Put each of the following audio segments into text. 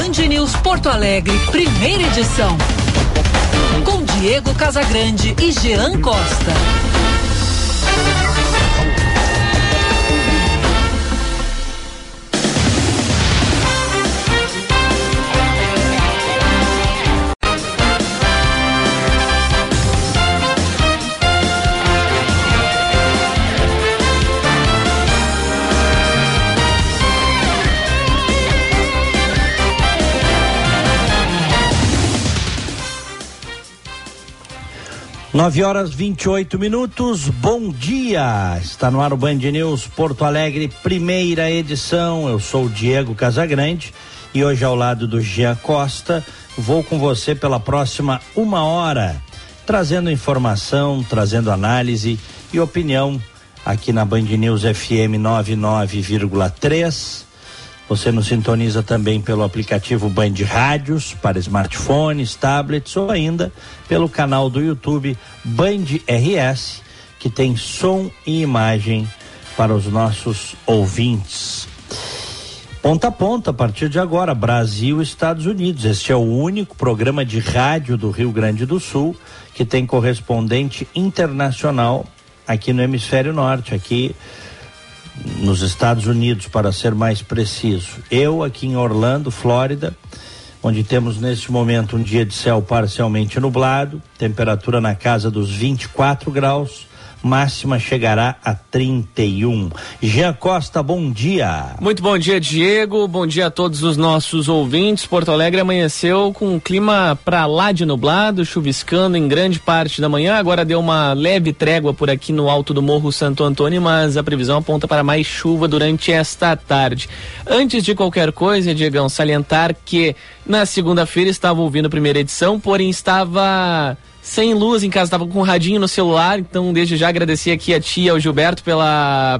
Band News Porto Alegre, primeira edição. Com Diego Casagrande e Jean Costa. Nove horas 28 minutos, bom dia, está no ar o Band News Porto Alegre, primeira edição. Eu sou o Diego Casagrande e hoje ao lado do Jean Costa vou com você pela próxima uma hora, trazendo informação, trazendo análise e opinião aqui na Band News FM 99,3. Você nos sintoniza também pelo aplicativo Band Rádios para smartphones, tablets ou ainda pelo canal do YouTube Band RS, que tem som e imagem para os nossos ouvintes. Ponta a ponta, a partir de agora, Brasil e Estados Unidos. Este é o único programa de rádio do Rio Grande do Sul que tem correspondente internacional aqui no Hemisfério Norte, aqui nos Estados Unidos, para ser mais preciso. Eu aqui em Orlando, Flórida, onde temos neste momento um dia de céu parcialmente nublado, temperatura na casa dos 24 graus, máxima chegará a 31. Jean Costa, bom dia. Muito bom dia, Diego, bom dia a todos os nossos ouvintes. Porto Alegre amanheceu com um clima pra lá de nublado, chuviscando em grande parte da manhã, agora deu uma leve trégua por aqui no alto do Morro Santo Antônio, mas a previsão aponta para mais chuva durante esta tarde. Antes de qualquer coisa, Diegão, salientar que na segunda-feira estava ouvindo a primeira edição, porém estava sem luz em casa, estava com um radinho no celular, então desde já agradecer aqui a tia, ao Gilberto, pela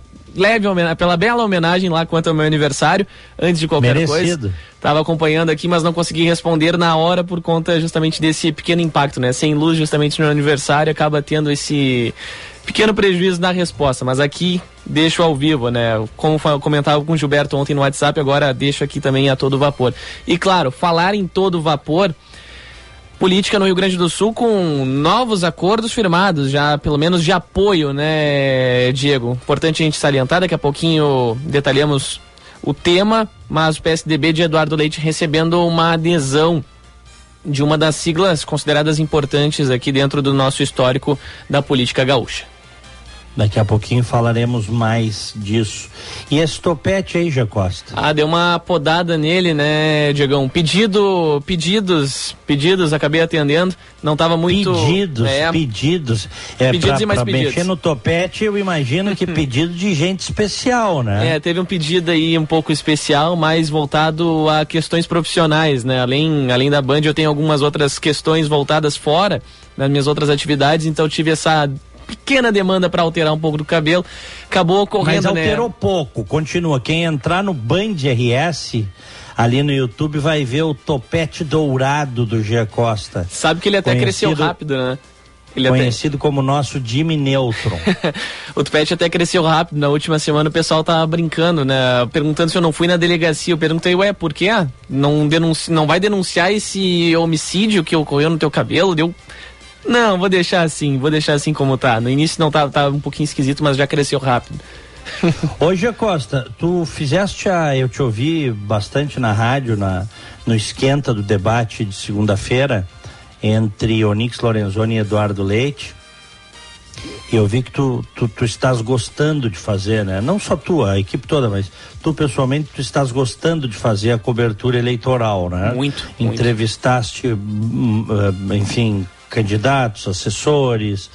bela homenagem lá quanto ao meu aniversário, antes de qualquer coisa. Estava acompanhando aqui, mas não consegui responder na hora por conta justamente desse pequeno impacto, né? Sem luz justamente no meu aniversário, acaba tendo esse pequeno prejuízo na resposta, mas aqui deixo ao vivo, né? Como comentava com o Gilberto ontem no WhatsApp, agora deixo aqui também a todo vapor. E claro, falar em todo vapor, política no Rio Grande do Sul com novos acordos firmados, já pelo menos de apoio, né, Diego? Importante a gente salientar, daqui a pouquinho detalhamos o tema, mas o PSDB de Eduardo Leite recebendo uma adesão de uma das siglas consideradas importantes aqui dentro do nosso histórico da política gaúcha. Daqui a pouquinho falaremos mais disso. E esse topete aí, Jean Costa? Deu uma podada nele, né, Diegão? Pedidos, acabei atendendo, não estava muito... Pedidos. Pedidos pra, e mais pra pedidos. Mexer no topete, eu imagino que pedido de gente especial, né? Teve um pedido aí um pouco especial, mais voltado a questões profissionais, né? Além da Band, eu tenho algumas outras questões voltadas fora, nas minhas outras atividades, então tive essa pequena demanda para alterar um pouco do cabelo, acabou ocorrendo, mas alterou pouco, continua. Quem entrar no Band RS ali no YouTube vai ver o topete dourado do Jean Costa. Sabe que ele até cresceu rápido, né? Conhecido como nosso Jimmy Neutron. O topete até cresceu rápido. Na última semana o pessoal tava brincando, né? Perguntando se eu não fui na delegacia. Eu perguntei, por quê? Não vai denunciar esse homicídio que ocorreu no teu cabelo? Não, vou deixar assim como tá. No início não tá um pouquinho esquisito, mas já cresceu rápido. Ô, Jean Costa, tu fizeste eu te ouvi bastante na rádio, no esquenta do debate de segunda-feira entre Onyx Lorenzoni e Eduardo Leite. E eu vi que tu estás gostando de fazer, né? Não só tu, a equipe toda, mas tu pessoalmente, tu estás gostando de fazer a cobertura eleitoral, né? Muito. Entrevistaste, enfim, candidatos, assessores,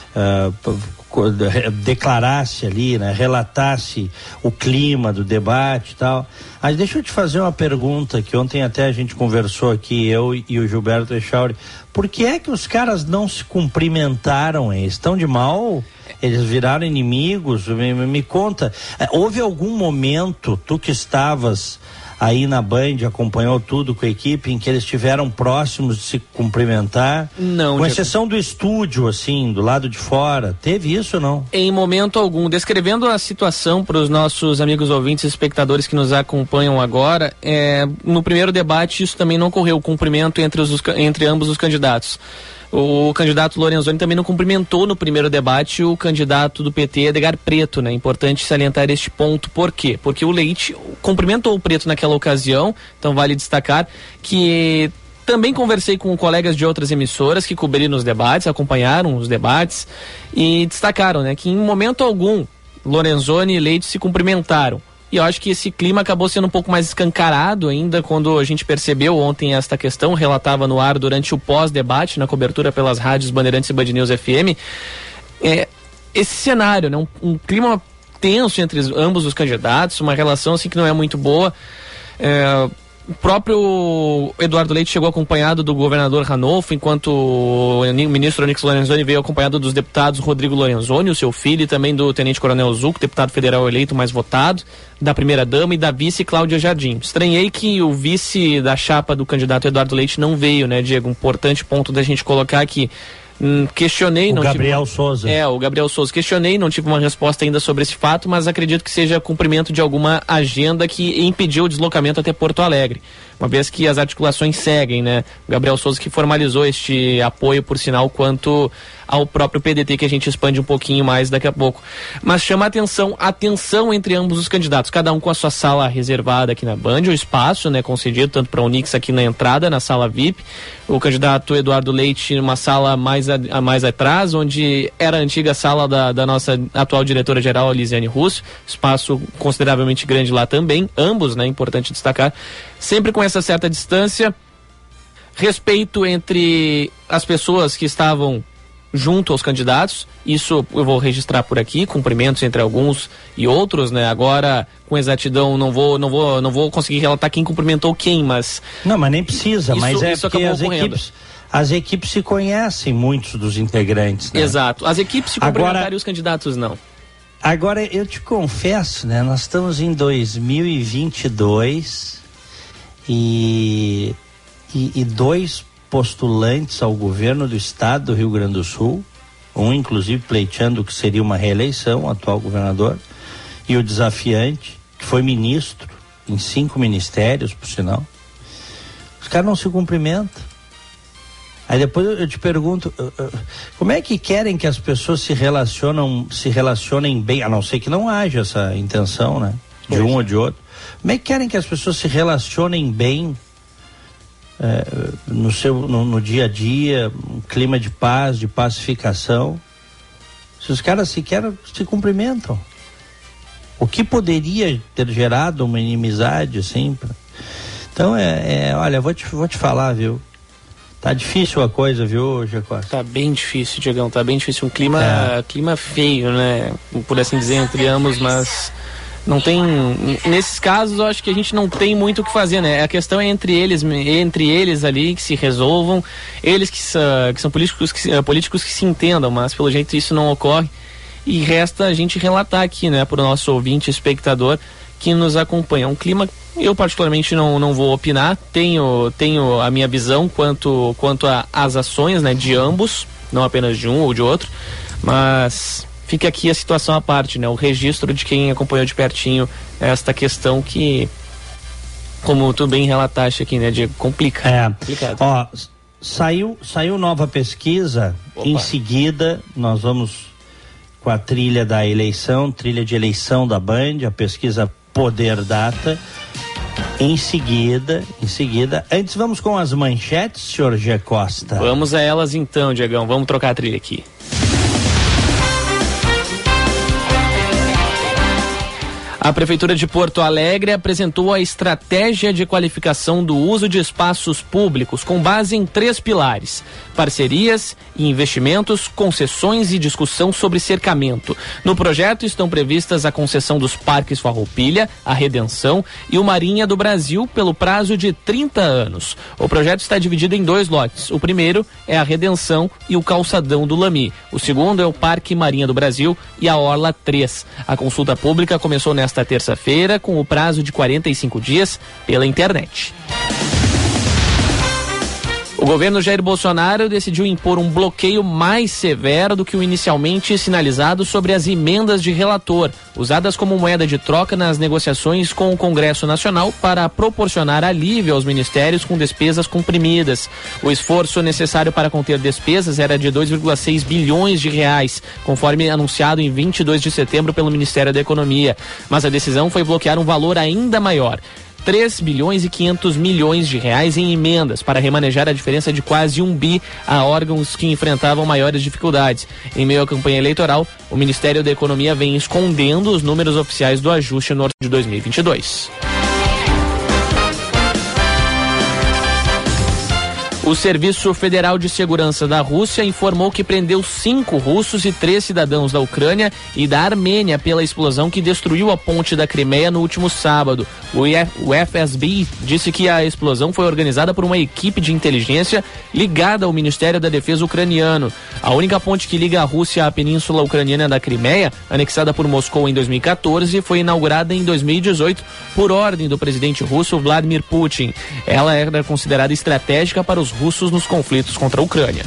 declarasse ali, né, relatasse o clima do debate e tal. Mas deixa eu te fazer uma pergunta que ontem até a gente conversou aqui, eu e o Gilberto Echauri. Por que é que os caras não se cumprimentaram? Estão de mal? Eles viraram inimigos? Me conta. Houve algum momento, tu que estavas aí na Band, acompanhou tudo com a equipe, em que eles estiveram próximos de se cumprimentar? Não. Com exceção do estúdio, assim, do lado de fora. Teve isso ou não? Em momento algum. Descrevendo a situação para os nossos amigos ouvintes e espectadores que nos acompanham agora, no primeiro debate isso também não ocorreu, o cumprimento entre ambos os candidatos. O candidato Lorenzoni também não cumprimentou no primeiro debate o candidato do PT, Edgar Preto, né? Importante salientar este ponto. Por quê? Porque o Leite cumprimentou o Preto naquela ocasião, então vale destacar que também conversei com colegas de outras emissoras que cobriram os debates, acompanharam os debates e destacaram, né, que em momento algum Lorenzoni e Leite se cumprimentaram. E eu acho que esse clima acabou sendo um pouco mais escancarado ainda quando a gente percebeu ontem esta questão, relatava no ar durante o pós-debate, na cobertura pelas rádios Bandeirantes e Band News FM. Esse cenário, né, um clima tenso entre ambos os candidatos, uma relação assim que não é muito boa. O próprio Eduardo Leite chegou acompanhado do governador Ranolfo, enquanto o ministro Onyx Lorenzoni veio acompanhado dos deputados Rodrigo Lorenzoni, o seu filho, e também do tenente-coronel Zucco, deputado federal eleito mais votado, da primeira-dama e da vice Cláudia Jardim. Estranhei que o vice da chapa do candidato Eduardo Leite não veio, né, Diego? Um importante ponto da gente colocar aqui. Questionei, o Gabriel Souza. O Gabriel Souza. Questionei, não tive uma resposta ainda sobre esse fato, mas acredito que seja cumprimento de alguma agenda que impediu o deslocamento até Porto Alegre, uma vez que as articulações seguem, né? O Gabriel Souza que formalizou este apoio, por sinal, quanto ao próprio PDT, que a gente expande um pouquinho mais daqui a pouco. Mas chama a tensão entre ambos os candidatos, cada um com a sua sala reservada aqui na Band, o espaço, né, concedido tanto para o Onyx aqui na entrada, na sala VIP, o candidato Eduardo Leite numa sala mais atrás, onde era a antiga sala da nossa atual diretora-geral, Lisiane Russo, espaço consideravelmente grande lá também, ambos, né, importante destacar, sempre com essa certa distância, respeito entre as pessoas que estavam junto aos candidatos, isso eu vou registrar por aqui, cumprimentos entre alguns e outros, né? Agora, com exatidão, não vou conseguir relatar quem cumprimentou quem, mas... Não, mas nem precisa, mas é porque as equipes se conhecem, muitos dos integrantes, né? Exato, as equipes se cumprimentaram e os candidatos não. Agora, eu te confesso, né? Nós estamos em 2022 e dois postulantes ao governo do estado do Rio Grande do Sul, um inclusive pleiteando que seria uma reeleição, o atual governador, e o desafiante, que foi ministro em 5 ministérios, por sinal. Os caras não se cumprimentam. Aí depois eu te pergunto, como é que querem que as pessoas se relacionem bem, a não ser que não haja essa intenção, né, de um ou de outro. Como é que querem que as pessoas se relacionem bem no dia a dia, um clima de paz, de pacificação, se os caras sequer se cumprimentam? O que poderia ter gerado uma inimizade assim? Então olha, vou te falar, viu? Tá difícil a coisa, viu, Jacob? Tá bem difícil, Diegão, tá bem difícil, um clima feio, né, por assim dizer, entre ambos, mas não tem, nesses casos eu acho que a gente não tem muito o que fazer, né? A questão é entre eles ali, que se resolvam, eles que são políticos que se entendam, mas pelo jeito isso não ocorre, e resta a gente relatar aqui, né, para o nosso ouvinte, espectador que nos acompanha. Um clima, eu particularmente não vou opinar, tenho a minha visão quanto às ações, né, de ambos, não apenas de um ou de outro, mas fica aqui a situação à parte, né? O registro de quem acompanhou de pertinho esta questão que, como tu bem relataste aqui, né, Diego, complicado. Ó, saiu nova pesquisa. Opa. Em seguida nós vamos com a trilha de eleição da Band, a pesquisa Poder Data. Em seguida, antes vamos com as manchetes, senhor G. Costa. Vamos a elas então, Diegão, vamos trocar a trilha aqui. A Prefeitura de Porto Alegre apresentou a estratégia de qualificação do uso de espaços públicos com base em 3 pilares: parcerias e investimentos, concessões e discussão sobre cercamento. No projeto estão previstas a concessão dos parques Farroupilha, a Redenção e o Marinha do Brasil pelo prazo de 30 anos. O projeto está dividido em 2 lotes. O primeiro é a Redenção e o Calçadão do Lami. O segundo é o Parque Marinha do Brasil e a Orla 3. A consulta pública começou nesta nesta terça-feira, com o prazo de 45 dias pela internet. O governo Jair Bolsonaro decidiu impor um bloqueio mais severo do que o inicialmente sinalizado sobre as emendas de relator, usadas como moeda de troca nas negociações com o Congresso Nacional para proporcionar alívio aos ministérios com despesas comprimidas. O esforço necessário para conter despesas era de 2,6 bilhões de reais, conforme anunciado em 22 de setembro pelo Ministério da Economia. Mas a decisão foi bloquear um valor ainda maior. 3 bilhões e 500 milhões de reais em emendas para remanejar a diferença de quase 1 bi a órgãos que enfrentavam maiores dificuldades. Em meio à campanha eleitoral, o Ministério da Economia vem escondendo os números oficiais do ajuste no orçamento de 2022. O Serviço Federal de Segurança da Rússia informou que prendeu 5 russos e 3 cidadãos da Ucrânia e da Armênia pela explosão que destruiu a ponte da Crimeia no último sábado. O FSB disse que a explosão foi organizada por uma equipe de inteligência ligada ao Ministério da Defesa ucraniano. A única ponte que liga a Rússia à península ucraniana da Crimeia, anexada por Moscou em 2014, foi inaugurada em 2018 por ordem do presidente russo Vladimir Putin. Ela era considerada estratégica para os russos nos conflitos contra a Ucrânia.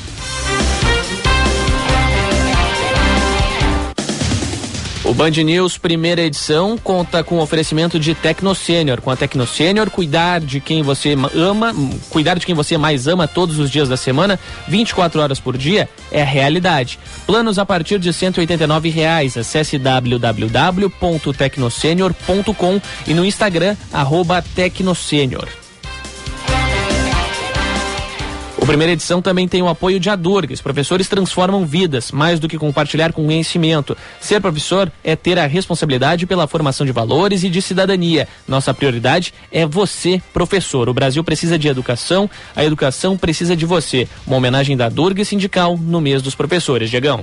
O Band News primeira edição conta com oferecimento de Tecnosênior. Com a Tecnosênior, cuidar de quem você mais ama todos os dias da semana, 24 horas por dia, é a realidade. Planos a partir de R$ 189. Acesse www.tecnosenior.com e no Instagram, @Tecnosênior. O primeira edição também tem o apoio de Adurgues. Professores transformam vidas, mais do que compartilhar conhecimento. Ser professor é ter a responsabilidade pela formação de valores e de cidadania. Nossa prioridade é você, professor. O Brasil precisa de educação, a educação precisa de você. Uma homenagem da Adurgues Sindical no mês dos professores. Diegão.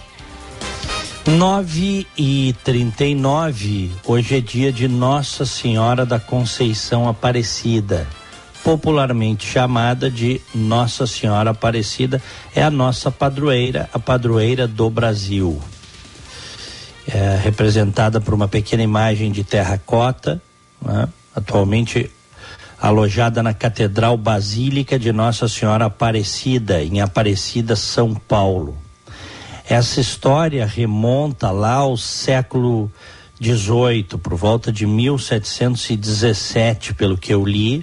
9h39, hoje é dia de Nossa Senhora da Conceição Aparecida, popularmente chamada de Nossa Senhora Aparecida, é a nossa padroeira, a padroeira do Brasil. É representada por uma pequena imagem de terracota, né? Atualmente alojada na Catedral Basílica de Nossa Senhora Aparecida, em Aparecida, São Paulo. Essa história remonta lá ao século XVIII, por volta de 1717, pelo que eu li.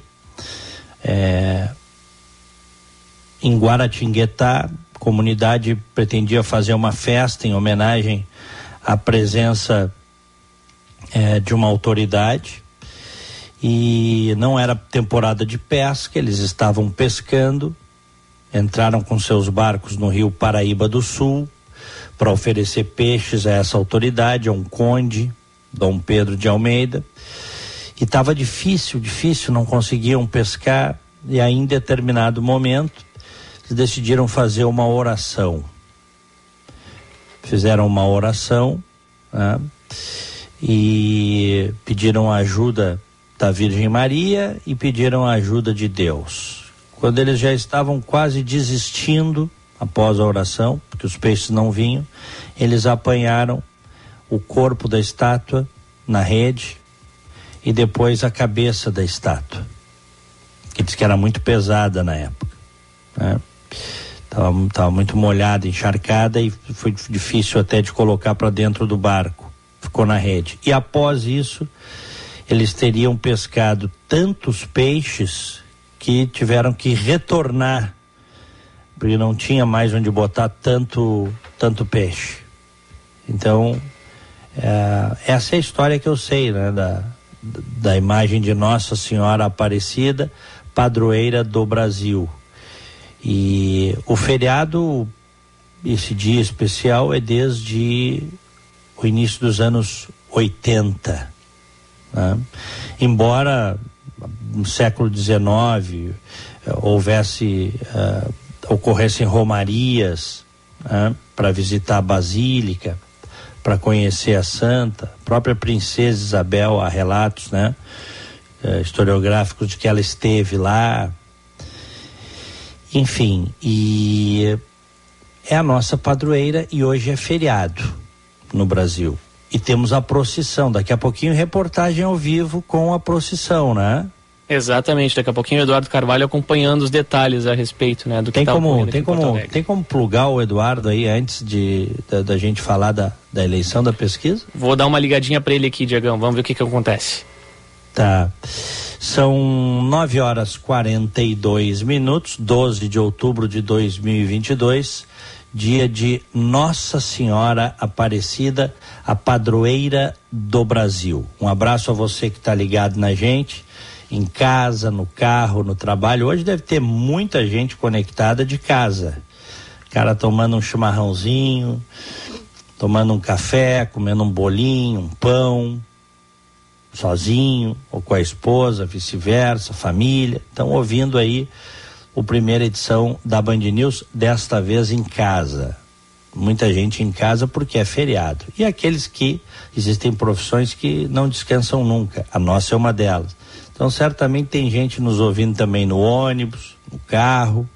Em Guaratinguetá, a comunidade pretendia fazer uma festa em homenagem à presença de uma autoridade, e não era temporada de pesca, eles estavam pescando, entraram com seus barcos no rio Paraíba do Sul para oferecer peixes a essa autoridade, a um conde, Dom Pedro de Almeida. E estava difícil, não conseguiam pescar, e aí em determinado momento eles decidiram fazer uma oração. Fizeram uma oração, né? E pediram a ajuda da Virgem Maria e pediram a ajuda de Deus. Quando eles já estavam quase desistindo após a oração, porque os peixes não vinham, eles apanharam o corpo da estátua na rede e depois a cabeça da estátua, que diz que era muito pesada na época, né? Tava muito molhada, encharcada, e foi difícil até de colocar para dentro do barco, ficou na rede. E após isso eles teriam pescado tantos peixes que tiveram que retornar, porque não tinha mais onde botar tanto peixe. Então essa é a história que eu sei, né, da imagem de Nossa Senhora Aparecida, padroeira do Brasil. E o feriado, esse dia especial, é desde o início dos anos 80, né? Embora no século XIX ocorressem romarias, né, para visitar a Basílica, para conhecer a santa. A própria princesa Isabel, há relatos, né, historiográficos de que ela esteve lá. Enfim, e é a nossa padroeira, e hoje é feriado no Brasil. E temos a procissão. Daqui a pouquinho, reportagem ao vivo com a procissão, né? Exatamente. Daqui a pouquinho o Eduardo Carvalho acompanhando os detalhes a respeito, né? Do que tem como plugar o Eduardo aí antes da gente falar da eleição da pesquisa? Vou dar uma ligadinha para ele aqui, Diegão. Vamos ver o que acontece. Tá. São 9h42, 12 de outubro de 2022, dia de Nossa Senhora Aparecida, a padroeira do Brasil. Um abraço a você que está ligado na gente, em casa, no carro, no trabalho. Hoje deve ter muita gente conectada de casa. Cara tomando um chimarrãozinho, tomando um café, comendo um bolinho, um pão, sozinho ou com a esposa, vice-versa, família. Estão ouvindo aí a primeira edição da Band News, desta vez em casa. Muita gente em casa porque é feriado. E aqueles que existem profissões que não descansam nunca. A nossa é uma delas. Então certamente tem gente nos ouvindo também no ônibus, no carro,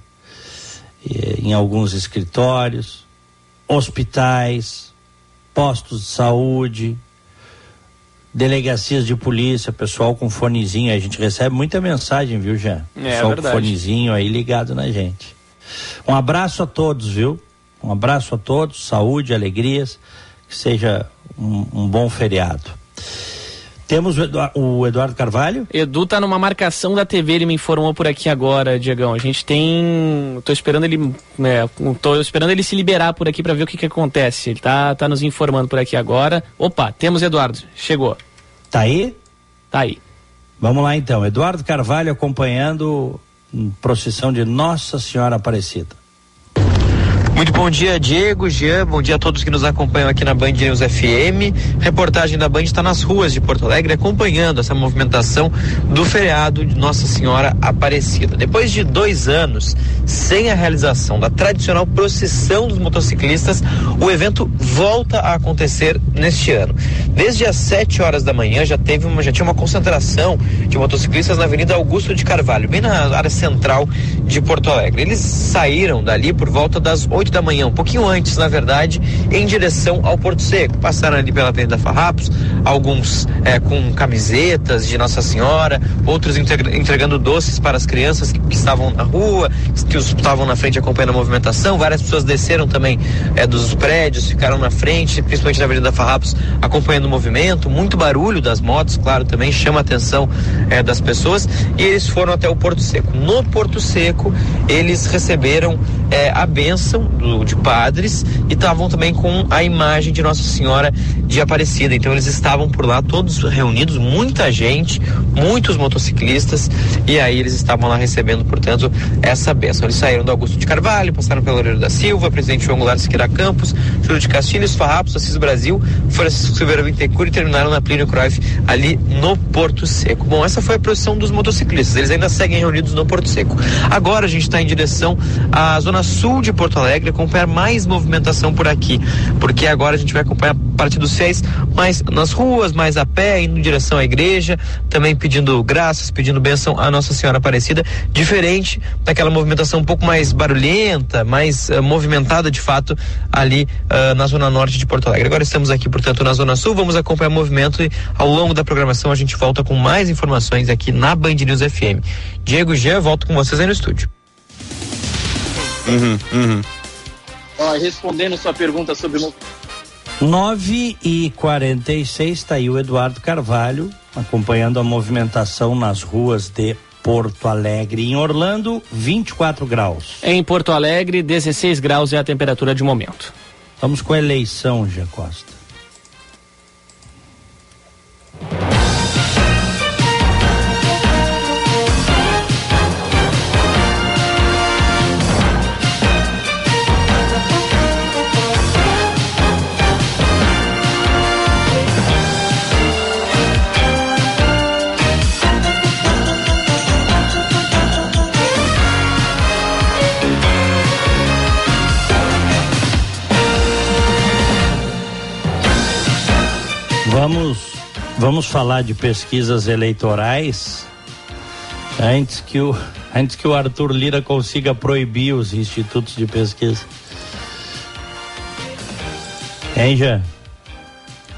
em alguns escritórios, hospitais, postos de saúde, delegacias de polícia, pessoal com fonezinho. A gente recebe muita mensagem, viu, Jean? Pessoal com fonezinho aí ligado na gente. Um abraço a todos, viu? Um abraço a todos, saúde, alegrias, que seja um bom feriado. Temos o Eduardo Carvalho? Edu tá numa marcação da TV, ele me informou por aqui agora, Diegão. A gente tem... Tô esperando ele se liberar por aqui para ver o que acontece. Ele tá nos informando por aqui agora. Opa, temos Eduardo, chegou. Tá aí? Tá aí. Vamos lá então, Eduardo Carvalho acompanhando procissão de Nossa Senhora Aparecida. Muito bom dia, Diego, Jean, bom dia a todos que nos acompanham aqui na Band News FM. Reportagem da Band está nas ruas de Porto Alegre acompanhando essa movimentação do feriado de Nossa Senhora Aparecida. Depois de 2 anos sem a realização da tradicional procissão dos motociclistas, o evento volta a acontecer neste ano. Desde as 7 horas da manhã já tinha uma concentração de motociclistas na Avenida Augusto de Carvalho, bem na área central de Porto Alegre. Eles saíram dali por volta das 8 da manhã, um pouquinho antes, na verdade, em direção ao Porto Seco. Passaram ali pela Avenida Farrapos, alguns com camisetas de Nossa Senhora, outros entregando doces para as crianças que estavam na rua, que estavam na frente acompanhando a movimentação. Várias pessoas desceram também dos prédios, ficaram na frente, principalmente na Avenida Farrapos, acompanhando o movimento. Muito barulho das motos, claro, também chama a atenção das pessoas, e eles foram até o Porto Seco. No Porto Seco, eles receberam a bênção de padres e estavam também com a imagem de Nossa Senhora de Aparecida. Então eles estavam por lá todos reunidos, muita gente, muitos motociclistas, e aí eles estavam lá recebendo, portanto, essa bênção. Eles saíram do Augusto de Carvalho, passaram pelo Loureiro da Silva, Presidente João Goulart Siqueira Campos, Júlio de Castilhos, Farrapos, Assis Brasil, Francisco Silveira Bittencourt, e terminaram na Plínio Cruyff ali no Porto Seco. Bom, essa foi a procissão dos motociclistas. Eles ainda seguem reunidos no Porto Seco. Agora a gente está em direção à zona sul de Porto Alegre, acompanhar mais movimentação por aqui, porque agora a gente vai acompanhar a parte dos fiéis mais nas ruas, mais a pé, indo em direção à igreja, também pedindo graças, pedindo bênção à Nossa Senhora Aparecida, diferente daquela movimentação um pouco mais barulhenta, mais movimentada de fato ali na zona norte de Porto Alegre. Agora estamos aqui, portanto, na zona sul, vamos acompanhar o movimento e ao longo da programação a gente volta com mais informações aqui na Band News FM. Diego, Jean, volto com vocês aí no estúdio. Respondendo sua pergunta sobre 9h46, tá aí o Eduardo Carvalho acompanhando a movimentação nas ruas de Porto Alegre. Em Orlando, 24 graus. Em Porto Alegre, 16 graus é a temperatura de momento. Vamos com a eleição, Jean Costa. Vamos falar de pesquisas eleitorais antes que o Arthur Lira consiga proibir os institutos de pesquisa. Hein, Jean?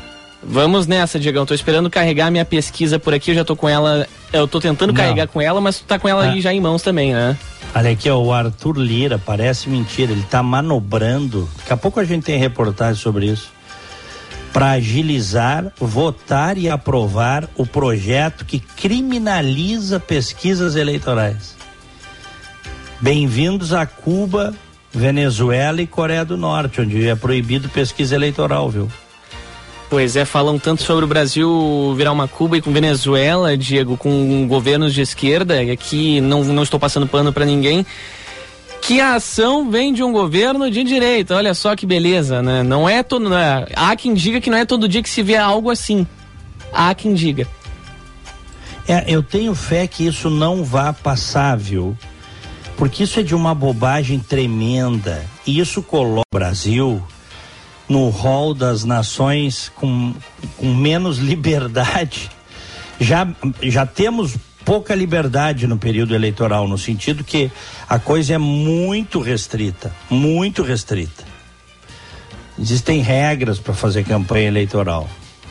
Vamos nessa, Diegão. Tô esperando carregar minha pesquisa por aqui, eu já tô com ela, eu tô tentando carregar com ela, mas tu tá com ela aí já em mãos também, né? Olha aqui, ó, o Arthur Lira, parece mentira, ele tá manobrando, daqui a pouco a gente tem reportagem sobre isso, para agilizar, votar e aprovar o projeto que criminaliza pesquisas eleitorais. Bem-vindos a Cuba, Venezuela e Coreia do Norte, onde é proibido pesquisa eleitoral, viu? Pois é, falam tanto sobre o Brasil virar uma Cuba e com Venezuela, Diego, com governos de esquerda, e aqui não estou passando pano para ninguém, que a ação vem de um governo de direita. Olha só que beleza, né? Não é todo, né? Há quem diga que não é todo dia que se vê algo assim. Há quem diga. Eu tenho fé que isso não vá passar, viu? Porque isso é de uma bobagem tremenda, e isso coloca o Brasil no rol das nações com menos liberdade. Já temos pouca liberdade no período eleitoral, no sentido que a coisa é muito restrita, muito restrita. Existem regras para fazer campanha eleitoral.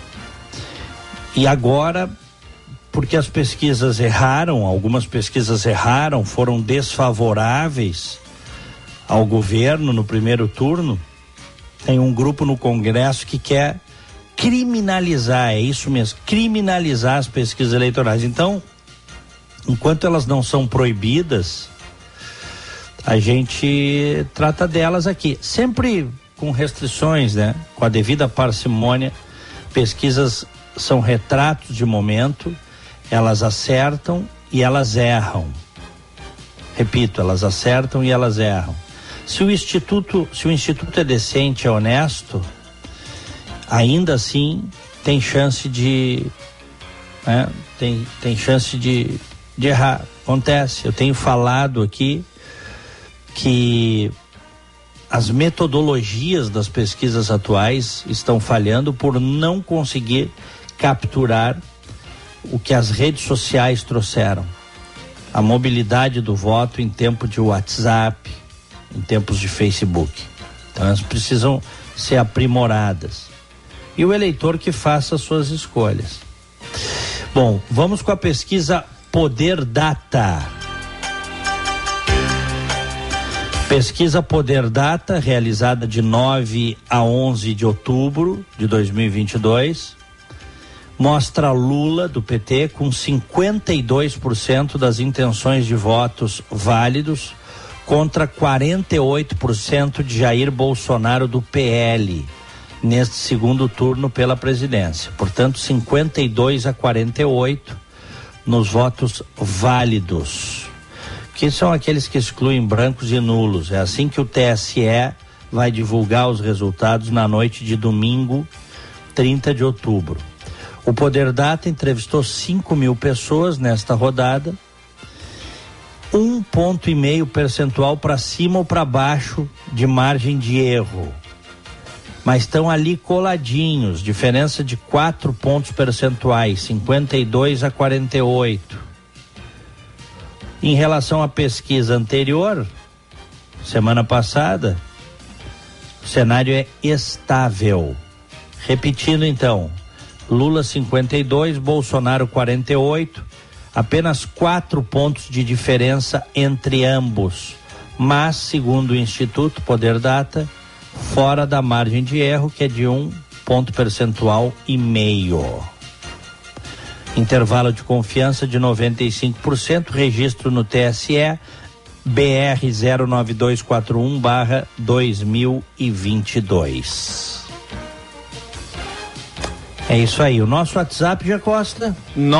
E agora, porque as pesquisas erraram, algumas pesquisas erraram, foram desfavoráveis ao governo no primeiro turno, tem um grupo no Congresso que quer criminalizar, é isso mesmo, criminalizar as pesquisas eleitorais. Então, enquanto elas não são proibidas, a gente trata delas aqui, sempre com restrições, né? Com a devida parcimônia. Pesquisas são retratos de momento, elas acertam e elas erram. Repito, elas acertam e elas erram. Se o instituto é decente, é honesto, ainda assim tem chance de, né, tem chance de errar. Acontece. Eu tenho falado aqui que as metodologias das pesquisas atuais estão falhando por não conseguir capturar o que as redes sociais trouxeram. A mobilidade do voto em tempo de WhatsApp, em tempos de Facebook. Então elas precisam ser aprimoradas. E o eleitor que faça as suas escolhas. Bom, vamos com a pesquisa Poder Data. Pesquisa Poder Data, realizada de 9 a 11 de outubro de 2022, mostra Lula, do PT, com 52% das intenções de votos válidos, contra 48% de Jair Bolsonaro, do PL, neste segundo turno pela presidência. Portanto, 52-48 nos votos válidos, que são aqueles que excluem brancos e nulos. É assim que o TSE vai divulgar os resultados na noite de domingo, 30 de outubro. O Poder Data entrevistou 5.000 pessoas nesta rodada, 1,5 ponto percentual para cima ou para baixo de margem de erro. Mas estão ali coladinhos, diferença de 4 pontos percentuais, 52-48. Em relação à pesquisa anterior, semana passada, o cenário é estável. Repetindo então, Lula 52, Bolsonaro 48, apenas 4 pontos de diferença entre ambos, mas, segundo o Instituto Poder Data, fora da margem de erro, que é de 1,5 ponto percentual. Intervalo de confiança de 95%, registro no TSE BR 09241/2022. É isso aí. O nosso WhatsApp, já Costa?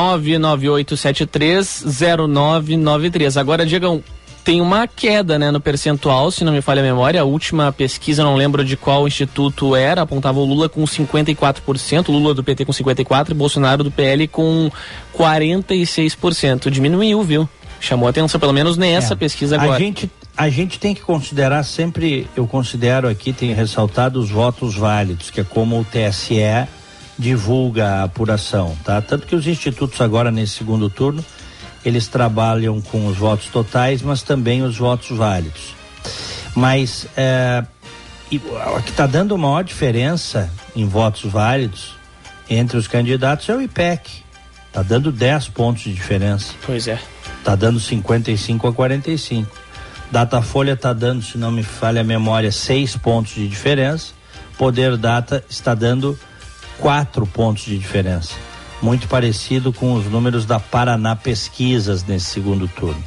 998730993. Agora, Diegão, tem uma queda, né, no percentual, se não me falha a memória. A última pesquisa, não lembro de qual instituto era, apontava o Lula com 54%, Lula do PT com 54% e Bolsonaro do PL com 46%. Diminuiu, viu? Chamou a atenção, pelo menos nessa pesquisa agora. A gente tem que considerar sempre, eu considero aqui, tem ressaltado os votos válidos, que é como o TSE divulga a apuração, tá? Tanto que os institutos agora, nesse segundo turno, eles trabalham com os votos totais, mas também os votos válidos. Mas o que está dando maior diferença em votos válidos entre os candidatos é o IPEC. Tá dando 10 pontos de diferença. Pois é. Tá dando 55-45. Datafolha tá dando, se não me falha a memória, 6 pontos de diferença. Poder Data está dando 4 pontos de diferença. Muito parecido com os números da Paraná Pesquisas nesse segundo turno.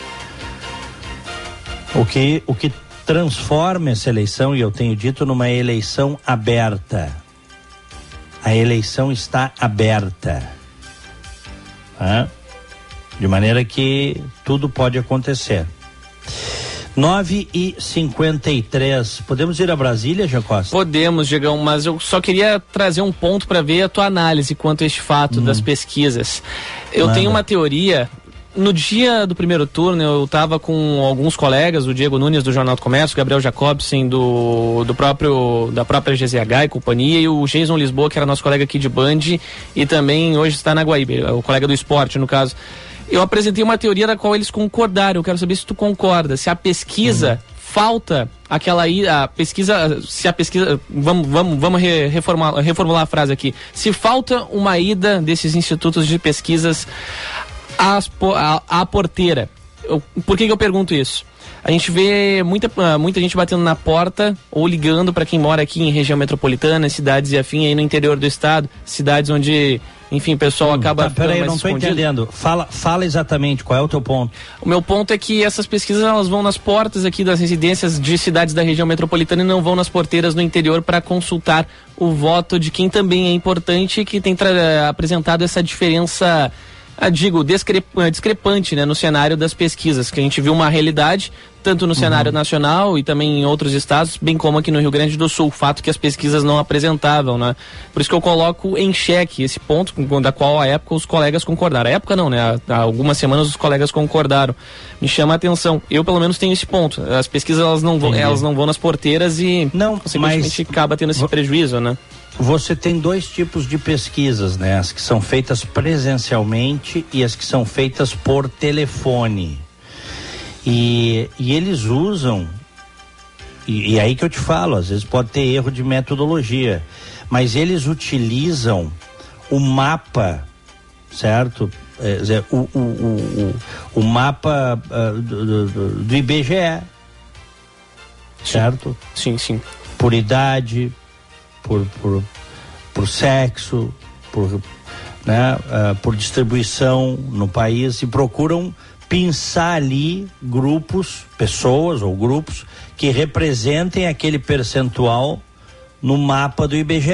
O que transforma essa eleição, e eu tenho dito, numa eleição aberta. A eleição está aberta. De maneira que tudo pode acontecer. 9h53. Podemos ir a Brasília, Jean Costa? Podemos, Diegão, mas eu só queria trazer um ponto para ver a tua análise quanto a este fato das pesquisas. Eu tenho uma teoria. No dia do primeiro turno, eu estava com alguns colegas, o Diego Nunes do Jornal do Comércio, o Gabriel Jacobsen da própria GZH e companhia, e o Jason Lisboa, que era nosso colega aqui de Band, e também hoje está na Guaíba, o colega do esporte, no caso. Eu apresentei uma teoria da qual eles concordaram. Eu quero saber se tu concorda. Se a pesquisa falta aquela pesquisa, se a pesquisa, vamos reformular a frase aqui. Se falta uma ida desses institutos de pesquisas à porteira. Por que eu pergunto isso? A gente vê muita gente batendo na porta ou ligando para quem mora aqui em região metropolitana, cidades e afim aí no interior do estado, cidades onde, enfim, o pessoal acaba... Peraí, eu não estou entendendo. Fala exatamente, qual é o teu ponto? O meu ponto é que essas pesquisas, elas vão nas portas aqui das residências de cidades da região metropolitana e não vão nas porteiras no interior para consultar o voto de quem também é importante e que tem apresentado essa diferença... discrepante, né, no cenário das pesquisas, que a gente viu uma realidade, tanto no cenário nacional e também em outros estados, bem como aqui no Rio Grande do Sul, o fato que as pesquisas não apresentavam, né? Por isso que eu coloco em xeque esse ponto, da qual à época os colegas concordaram. À época não, né? Há algumas semanas os colegas concordaram. Me chama a atenção. Eu, pelo menos, tenho esse ponto. As pesquisas, elas não vão nas porteiras e, consequentemente, acaba tendo esse prejuízo, né? Você tem dois tipos de pesquisas, né? As que são feitas presencialmente e as que são feitas por telefone. E eles usam, e aí que eu te falo, às vezes pode ter erro de metodologia, mas eles utilizam o mapa, certo? O mapa do IBGE, certo? Sim. Por idade, por sexo, por distribuição no país, e procuram pensar ali pessoas ou grupos que representem aquele percentual no mapa do IBGE.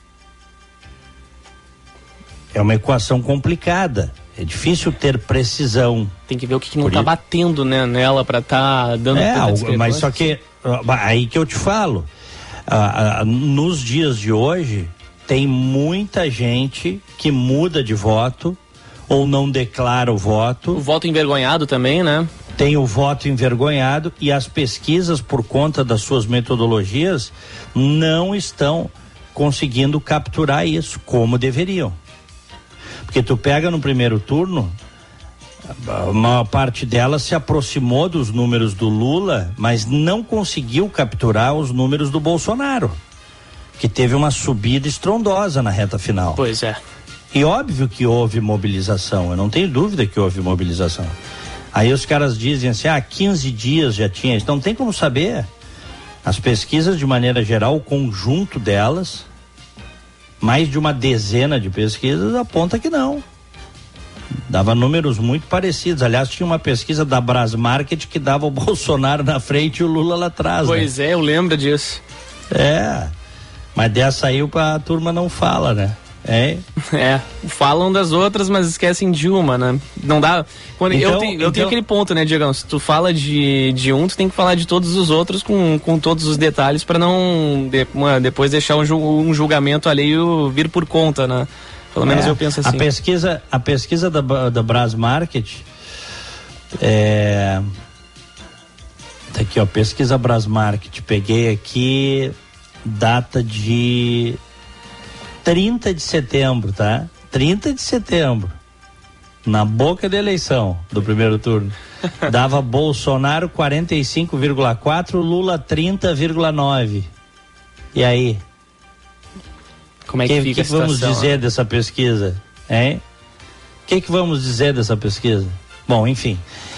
É uma equação complicada, é difícil ter precisão. Tem que ver o que não está batendo, né, nela para estar dando... Mas só que, aí que eu te falo, nos dias de hoje, tem muita gente que muda de voto ou não declara o voto. O voto envergonhado também, né? Tem o voto envergonhado, e as pesquisas, por conta das suas metodologias, não estão conseguindo capturar isso como deveriam. Porque tu pega no primeiro turno, a maior parte delas se aproximou dos números do Lula, mas não conseguiu capturar os números do Bolsonaro, que teve uma subida estrondosa na reta final. Pois é. E óbvio que houve mobilização, eu não tenho dúvida que houve mobilização. Aí os caras dizem assim, 15 dias já tinha, não tem como saber. As pesquisas, de maneira geral, o conjunto delas, mais de uma dezena de pesquisas, aponta que não. Dava números muito parecidos. Aliás, tinha uma pesquisa da Brasmarket que dava o Bolsonaro na frente e o Lula lá atrás. Pois é, eu lembro disso. Mas dessa aí a turma não fala, né? Falam das outras, mas esquecem de uma, né? Não dá. Eu tenho aquele ponto, né, Diegão? Se tu fala de um, tu tem que falar de todos os outros com todos os detalhes para não depois deixar um julgamento alheio vir por conta, né? Pelo menos eu penso assim. A pesquisa da Brasmarket tá aqui, ó, pesquisa Brasmarket. Peguei aqui data de 30 de setembro, tá? 30 de setembro, na boca da eleição do primeiro turno. Dava Bolsonaro 45,4, Lula 30,9. E aí? Como é que fica a situação? O que vamos dizer dessa pesquisa? Hein? O que vamos dizer dessa pesquisa? Bom, enfim.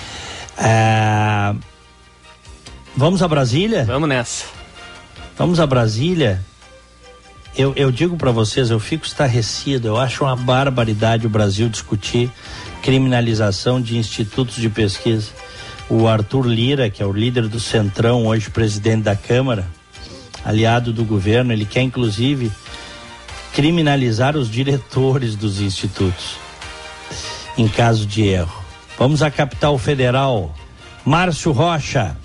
Vamos a Brasília? Vamos nessa. Vamos a Brasília. Eu digo para vocês, eu fico estarrecido, eu acho uma barbaridade o Brasil discutir criminalização de institutos de pesquisa. O Arthur Lira, que é o líder do Centrão, hoje presidente da Câmara, aliado do governo, ele quer inclusive criminalizar os diretores dos institutos em caso de erro. Vamos à capital federal. Márcio Rocha.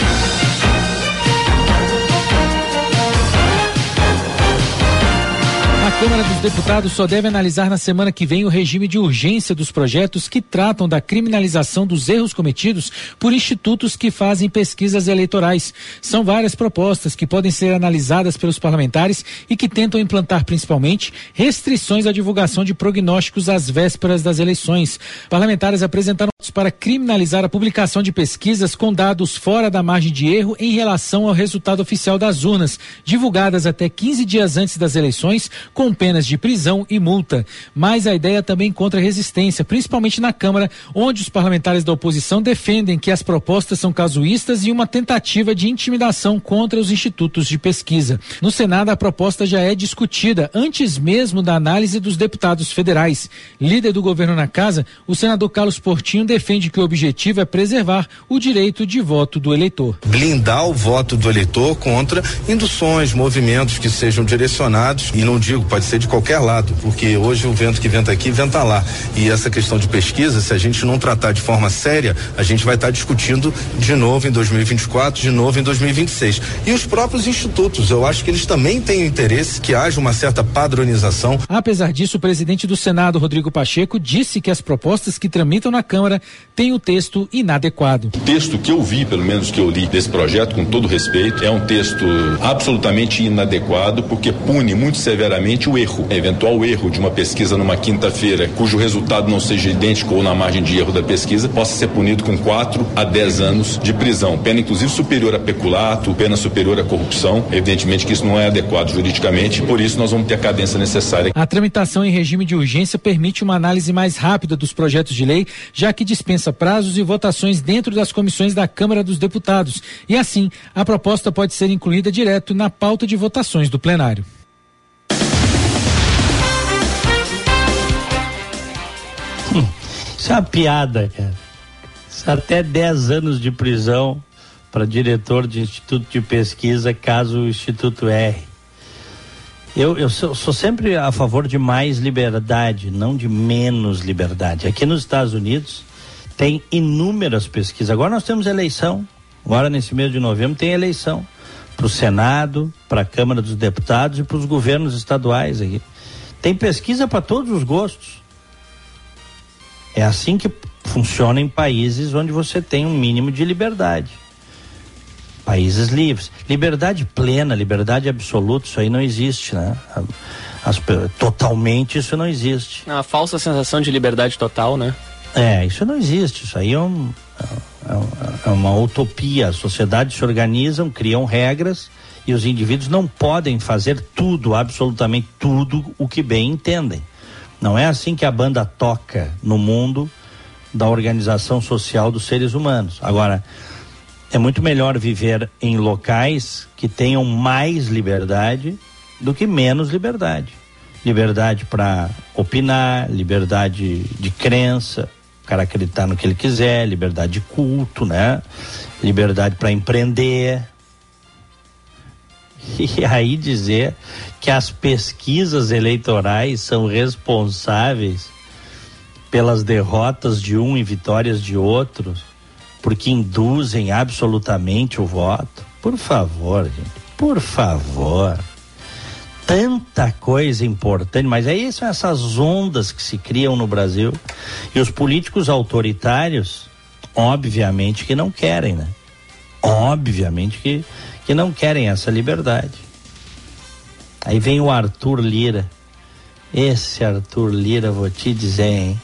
A Câmara dos Deputados só deve analisar na semana que vem o regime de urgência dos projetos que tratam da criminalização dos erros cometidos por institutos que fazem pesquisas eleitorais. São várias propostas que podem ser analisadas pelos parlamentares e que tentam implantar principalmente restrições à divulgação de prognósticos às vésperas das eleições. Parlamentares apresentaram para criminalizar a publicação de pesquisas com dados fora da margem de erro em relação ao resultado oficial das urnas, divulgadas até 15 dias antes das eleições, com penas de prisão e multa. Mas a ideia também encontra resistência, principalmente na Câmara, onde os parlamentares da oposição defendem que as propostas são casuístas e uma tentativa de intimidação contra os institutos de pesquisa. No Senado, a proposta já é discutida antes mesmo da análise dos deputados federais. Líder do governo na casa, o senador Carlos Portinho defende que o objetivo é preservar o direito de voto do eleitor. Blindar o voto do eleitor contra induções, movimentos que sejam direcionados, e não digo, pode ser de qualquer lado, porque hoje o vento que venta aqui, venta lá. E essa questão de pesquisa, se a gente não tratar de forma séria, a gente vai estar discutindo de novo em 2024, de novo em 2026. E os próprios institutos, eu acho que eles também têm interesse que haja uma certa padronização. Apesar disso, o presidente do Senado, Rodrigo Pacheco, disse que as propostas que tramitam na Câmara têm o texto inadequado. O texto que eu vi, pelo menos que eu li desse projeto, com todo respeito, é um texto absolutamente inadequado, porque pune muito severamente o erro, eventual erro de uma pesquisa numa quinta-feira, cujo resultado não seja idêntico ou na margem de erro da pesquisa, possa ser punido com 4 a 10 anos de prisão. Pena inclusive superior a peculato, pena superior à corrupção. Evidentemente que isso não é adequado juridicamente, por isso nós vamos ter a cadência necessária. A tramitação em regime de urgência permite uma análise mais rápida dos projetos de lei, já que dispensa prazos e votações dentro das comissões da Câmara dos Deputados. E assim, a proposta pode ser incluída direto na pauta de votações do plenário. Isso é uma piada, cara. Isso até 10 anos de prisão para diretor de instituto de pesquisa, caso o instituto erre. Eu sou sempre a favor de mais liberdade, não de menos liberdade. Aqui nos Estados Unidos tem inúmeras pesquisas. Agora nós temos eleição. Agora nesse mês de novembro tem eleição para o Senado, para a Câmara dos Deputados e para os governos estaduais aqui. Tem pesquisa para todos os gostos. É assim que funciona em países onde você tem um mínimo de liberdade. Países livres. Liberdade plena, liberdade absoluta, isso aí não existe, né? Totalmente isso não existe. A falsa sensação de liberdade total, né? Isso não existe. Isso aí é uma utopia. As sociedades se organizam, criam regras e os indivíduos não podem fazer tudo, absolutamente tudo, o que bem entendem. Não é assim que a banda toca no mundo da organização social dos seres humanos. Agora, é muito melhor viver em locais que tenham mais liberdade do que menos liberdade. Liberdade para opinar, liberdade de crença, o cara acreditar no que ele quiser, liberdade de culto, né? Liberdade para empreender. E aí dizer que as pesquisas eleitorais são responsáveis pelas derrotas de um e vitórias de outros, porque induzem absolutamente o voto. Por favor, gente, por favor. Tanta coisa importante, mas aí são essas ondas que se criam no Brasil. E os políticos autoritários, obviamente que não querem, né? Obviamente que não querem essa liberdade. Aí vem o Arthur Lira. Esse Arthur Lira, vou te dizer, hein?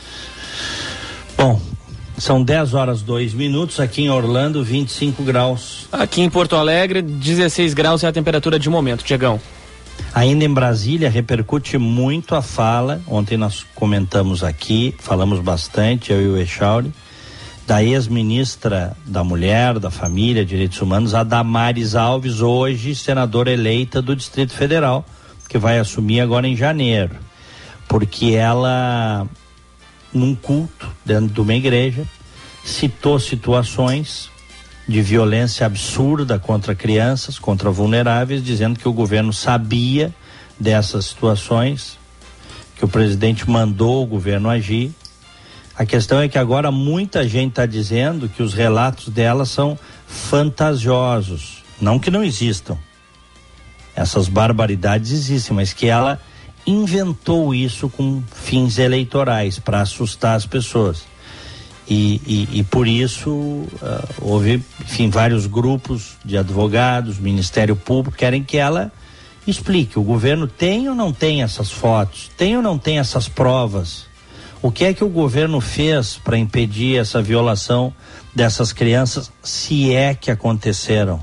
Bom, são 10h02, aqui em Orlando, 25 graus. Aqui em Porto Alegre, 16 graus é a temperatura de momento, Diegão. Ainda em Brasília, repercute muito a fala, ontem nós comentamos aqui, falamos bastante, eu e o Echauri, da ex-ministra da Mulher, da Família, Direitos Humanos, a Damares Alves, hoje senadora eleita do Distrito Federal, que vai assumir agora em janeiro, porque ela, num culto dentro de uma igreja, citou situações de violência absurda contra crianças, contra vulneráveis, dizendo que o governo sabia dessas situações, que o presidente mandou o governo agir. A questão é que agora muita gente está dizendo que os relatos dela são fantasiosos, não que não existam. Essas barbaridades existem, mas que ela inventou isso com fins eleitorais, para assustar as pessoas. E por isso houve, enfim, vários grupos de advogados, Ministério Público, querem que ela explique. O governo tem ou não tem essas fotos? Tem ou não tem essas provas? O que é que o governo fez para impedir essa violação dessas crianças, se é que aconteceram?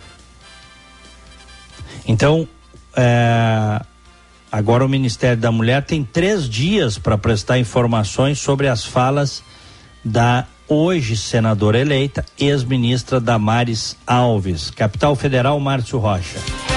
Então, agora o Ministério da Mulher tem 3 dias para prestar informações sobre as falas da hoje senadora eleita, ex-ministra Damares Alves. Capital Federal, Márcio Rocha.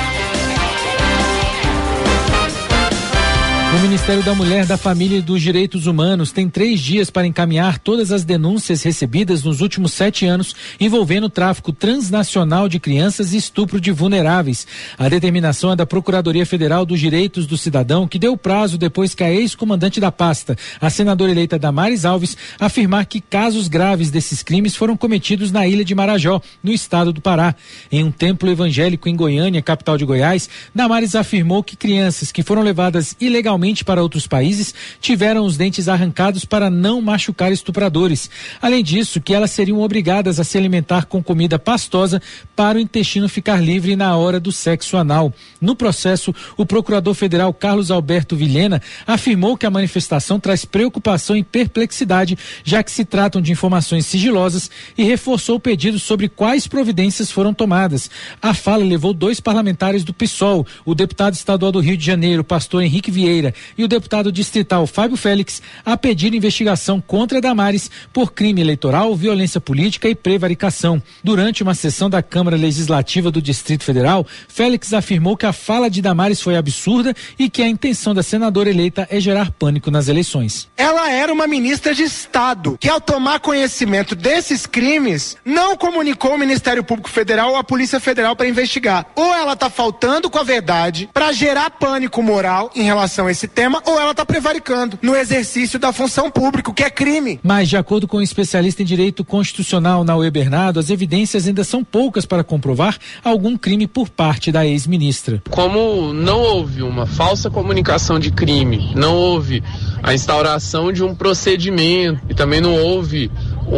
O Ministério da Mulher, da Família e dos Direitos Humanos tem 3 dias para encaminhar todas as denúncias recebidas nos últimos 7 anos envolvendo tráfico transnacional de crianças e estupro de vulneráveis. A determinação é da Procuradoria Federal dos Direitos do Cidadão, que deu prazo depois que a ex-comandante da pasta, a senadora eleita Damares Alves, afirmar que casos graves desses crimes foram cometidos na ilha de Marajó, no estado do Pará. Em um templo evangélico em Goiânia, capital de Goiás, Damares afirmou que crianças que foram levadas ilegalmente para outros países tiveram os dentes arrancados para não machucar estupradores. Além disso, que elas seriam obrigadas a se alimentar com comida pastosa para o intestino ficar livre na hora do sexo anal. No processo, o procurador federal Carlos Alberto Vilhena afirmou que a manifestação traz preocupação e perplexidade, já que se tratam de informações sigilosas, e reforçou o pedido sobre quais providências foram tomadas. A fala levou 2 parlamentares do PSOL, o deputado estadual do Rio de Janeiro, pastor Henrique Vieira, e o deputado distrital Fábio Félix, a pedir investigação contra Damares por crime eleitoral, violência política e prevaricação. Durante uma sessão da Câmara Legislativa do Distrito Federal, Félix afirmou que a fala de Damares foi absurda e que a intenção da senadora eleita é gerar pânico nas eleições. Ela era uma ministra de Estado que, ao tomar conhecimento desses crimes, não comunicou ao Ministério Público Federal ou à Polícia Federal para investigar. Ou ela está faltando com a verdade para gerar pânico moral em relação a esse tema, ou ela está prevaricando no exercício da função pública, o que é crime. Mas, de acordo com um especialista em direito constitucional na UE Bernardo, as evidências ainda são poucas para comprovar algum crime por parte da ex-ministra. Como não houve uma falsa comunicação de crime, não houve a instauração de um procedimento e também não houve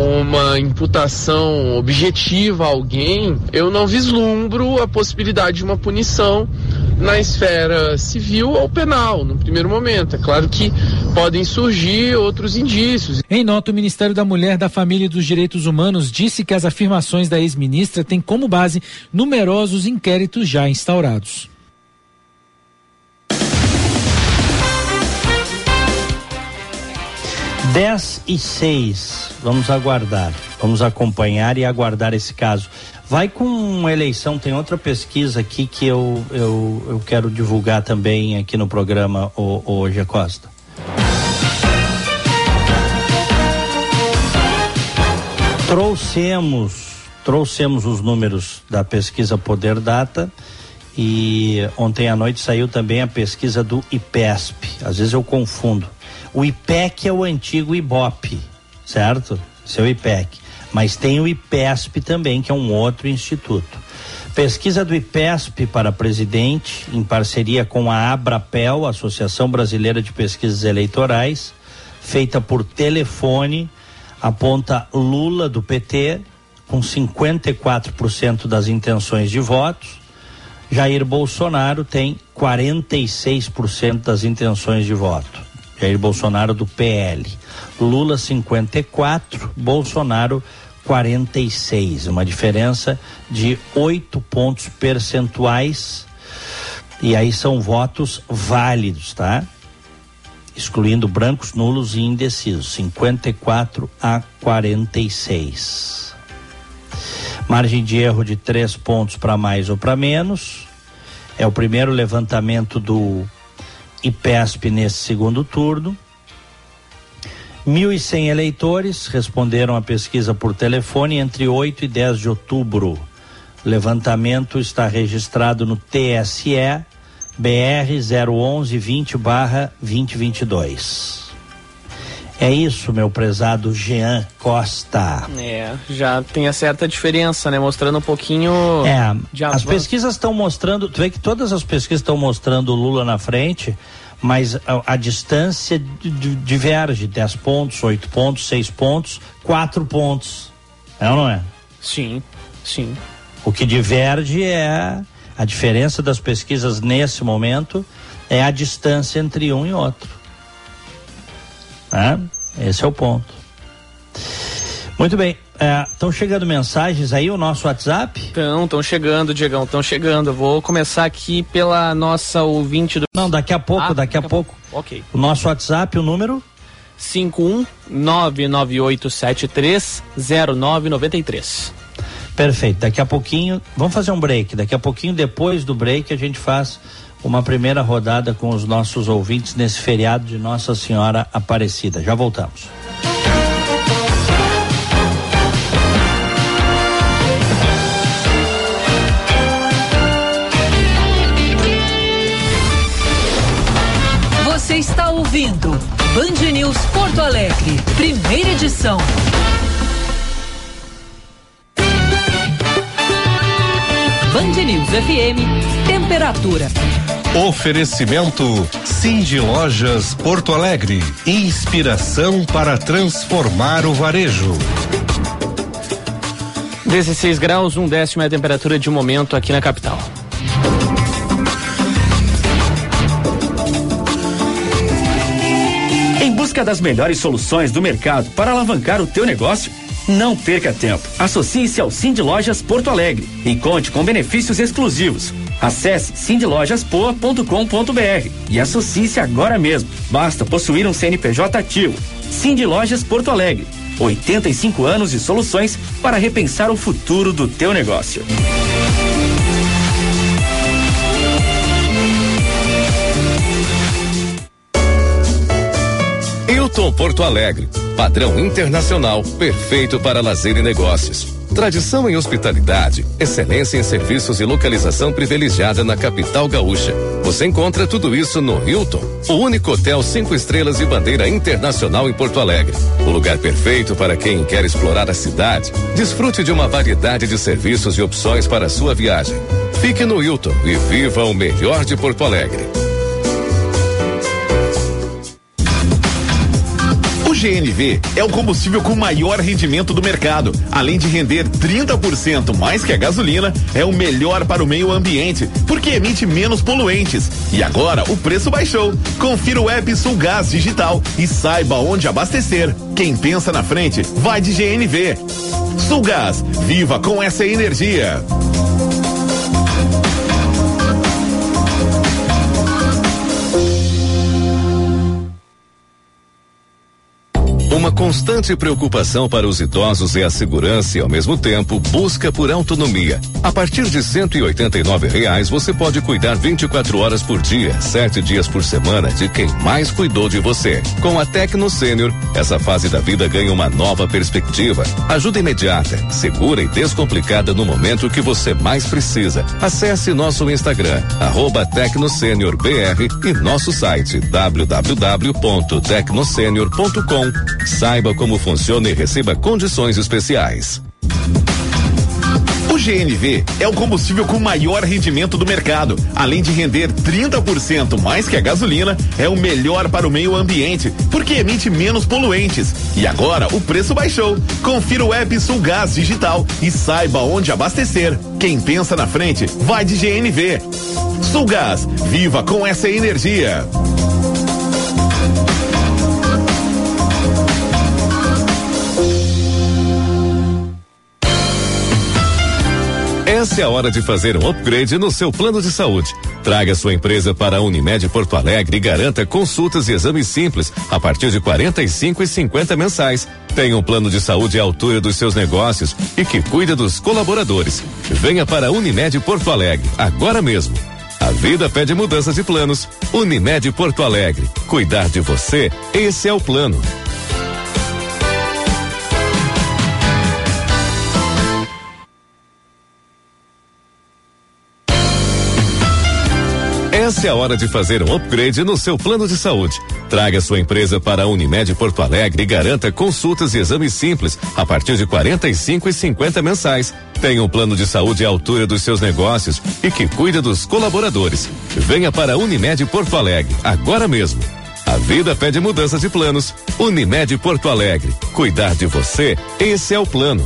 uma imputação objetiva a alguém, eu não vislumbro a possibilidade de uma punição na esfera civil ou penal, no primeiro momento. É claro que podem surgir outros indícios. Em nota, o Ministério da Mulher, da Família e dos Direitos Humanos disse que as afirmações da ex-ministra têm como base numerosos inquéritos já instaurados. Dez e 6, vamos aguardar, vamos acompanhar e aguardar esse caso. Vai com eleição, tem outra pesquisa aqui que eu quero divulgar também aqui no programa, o G. Costa. Trouxemos os números da pesquisa Poder Data e ontem à noite saiu também a pesquisa do IPESP, às vezes eu confundo. O IPEC é o antigo IBOP, certo? Esse é o IPEC. Mas tem o IPESP também, que é um outro instituto. Pesquisa do IPESP para presidente, em parceria com a Abrapel, Associação Brasileira de Pesquisas Eleitorais, feita por telefone, aponta Lula do PT com 54% das intenções de votos. Jair Bolsonaro tem 46% das intenções de voto. Jair Bolsonaro do PL. Lula 54, Bolsonaro 46, uma diferença de 8 pontos percentuais. E aí são votos válidos, tá? Excluindo brancos, nulos e indecisos, 54 a 46. Margem de erro de 3 pontos para mais ou para menos. É o primeiro levantamento do IPESP nesse segundo turno. 1.100 eleitores responderam à pesquisa por telefone entre 8 e 10 de outubro. O levantamento está registrado no TSE BR 011-20/2022. É isso, meu prezado Jean Costa. Já tem a certa diferença, né? Mostrando um pouquinho de avanço. As pesquisas estão mostrando, tu vê que todas as pesquisas estão mostrando o Lula na frente, mas a distância diverge, 10 pontos, 8 pontos, 6 pontos, 4 pontos. É ou não é? Sim. O que diverge é a diferença das pesquisas nesse momento, é a distância entre um e outro. Esse é o ponto. Muito bem. Estão chegando mensagens aí, o nosso WhatsApp? Estão chegando, Diegão, estão chegando. Eu vou começar aqui pela nossa ouvinte do... Não, daqui a pouco. Ok. O nosso WhatsApp, o número? 51998730993. Perfeito, daqui a pouquinho, vamos fazer um break, daqui a pouquinho, depois do break, a gente faz uma primeira rodada com os nossos ouvintes nesse feriado de Nossa Senhora Aparecida. Já voltamos. Você está ouvindo Band News Porto Alegre, primeira edição. Band News FM, temperatura. Oferecimento Cindy Lojas Porto Alegre, inspiração para transformar o varejo. 16 graus, 1/10 é a temperatura de momento aqui na capital. Em busca das melhores soluções do mercado para alavancar o teu negócio? Não perca tempo. Associe-se ao Cindy Lojas Porto Alegre e conte com benefícios exclusivos. Acesse cindylojaspoa.com.br e associe-se agora mesmo. Basta possuir um CNPJ ativo. Cindy Lojas Porto Alegre. 85 anos de soluções para repensar o futuro do teu negócio. Hilton Porto Alegre, padrão internacional, perfeito para lazer e negócios. Tradição em hospitalidade, excelência em serviços e localização privilegiada na capital gaúcha. Você encontra tudo isso no Hilton, o único hotel 5 estrelas e bandeira internacional em Porto Alegre. O lugar perfeito para quem quer explorar a cidade. Desfrute de uma variedade de serviços e opções para a sua viagem. Fique no Hilton e viva o melhor de Porto Alegre. O GNV é o combustível com maior rendimento do mercado. Além de render 30% mais que a gasolina, é o melhor para o meio ambiente, porque emite menos poluentes. E agora o preço baixou. Confira o app Sulgás Digital e saiba onde abastecer. Quem pensa na frente, vai de GNV. Sulgás, viva com essa energia. Uma constante preocupação para os idosos é a segurança e, ao mesmo tempo, busca por autonomia. A partir de R$189 você pode cuidar 24 horas por dia, 7 dias por semana de quem mais cuidou de você. Com a Tecno Sênior, essa fase da vida ganha uma nova perspectiva. Ajuda imediata, segura e descomplicada no momento que você mais precisa. Acesse nosso Instagram, @TecnoSeniorBR e nosso site www.tecnosenior.com. Saiba como funciona e receba condições especiais. O GNV é o combustível com maior rendimento do mercado. Além de render 30% mais que a gasolina, é o melhor para o meio ambiente, porque emite menos poluentes. E agora o preço baixou. Confira o app Sulgás Digital e saiba onde abastecer. Quem pensa na frente, vai de GNV. Sulgás, viva com essa energia. Essa é a hora de fazer um upgrade no seu plano de saúde. Traga sua empresa para a Unimed Porto Alegre e garanta consultas e exames simples a partir de R$ 45,50 mensais. Tenha um plano de saúde à altura dos seus negócios e que cuida dos colaboradores. Venha para a Unimed Porto Alegre, agora mesmo. A vida pede mudança de planos. Unimed Porto Alegre. Cuidar de você, esse é o plano. Essa é a hora de fazer um upgrade no seu plano de saúde. Traga sua empresa para a Unimed Porto Alegre e garanta consultas e exames simples a partir de R$ 45,50 mensais. Tenha um plano de saúde à altura dos seus negócios e que cuida dos colaboradores. Venha para a Unimed Porto Alegre, agora mesmo. A vida pede mudança de planos. Unimed Porto Alegre. Cuidar de você, esse é o plano.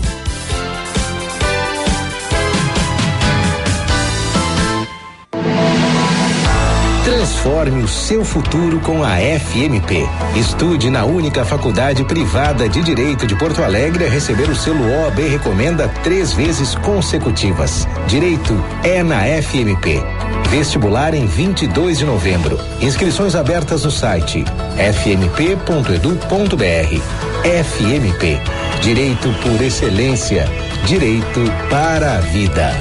Transforme o seu futuro com a FMP. Estude na única faculdade privada de Direito de Porto Alegre a receber o selo OAB Recomenda 3 vezes consecutivas. Direito é na FMP. Vestibular em 22 de novembro. Inscrições abertas no site fmp.edu.br. FMP. Direito por excelência. Direito para a vida.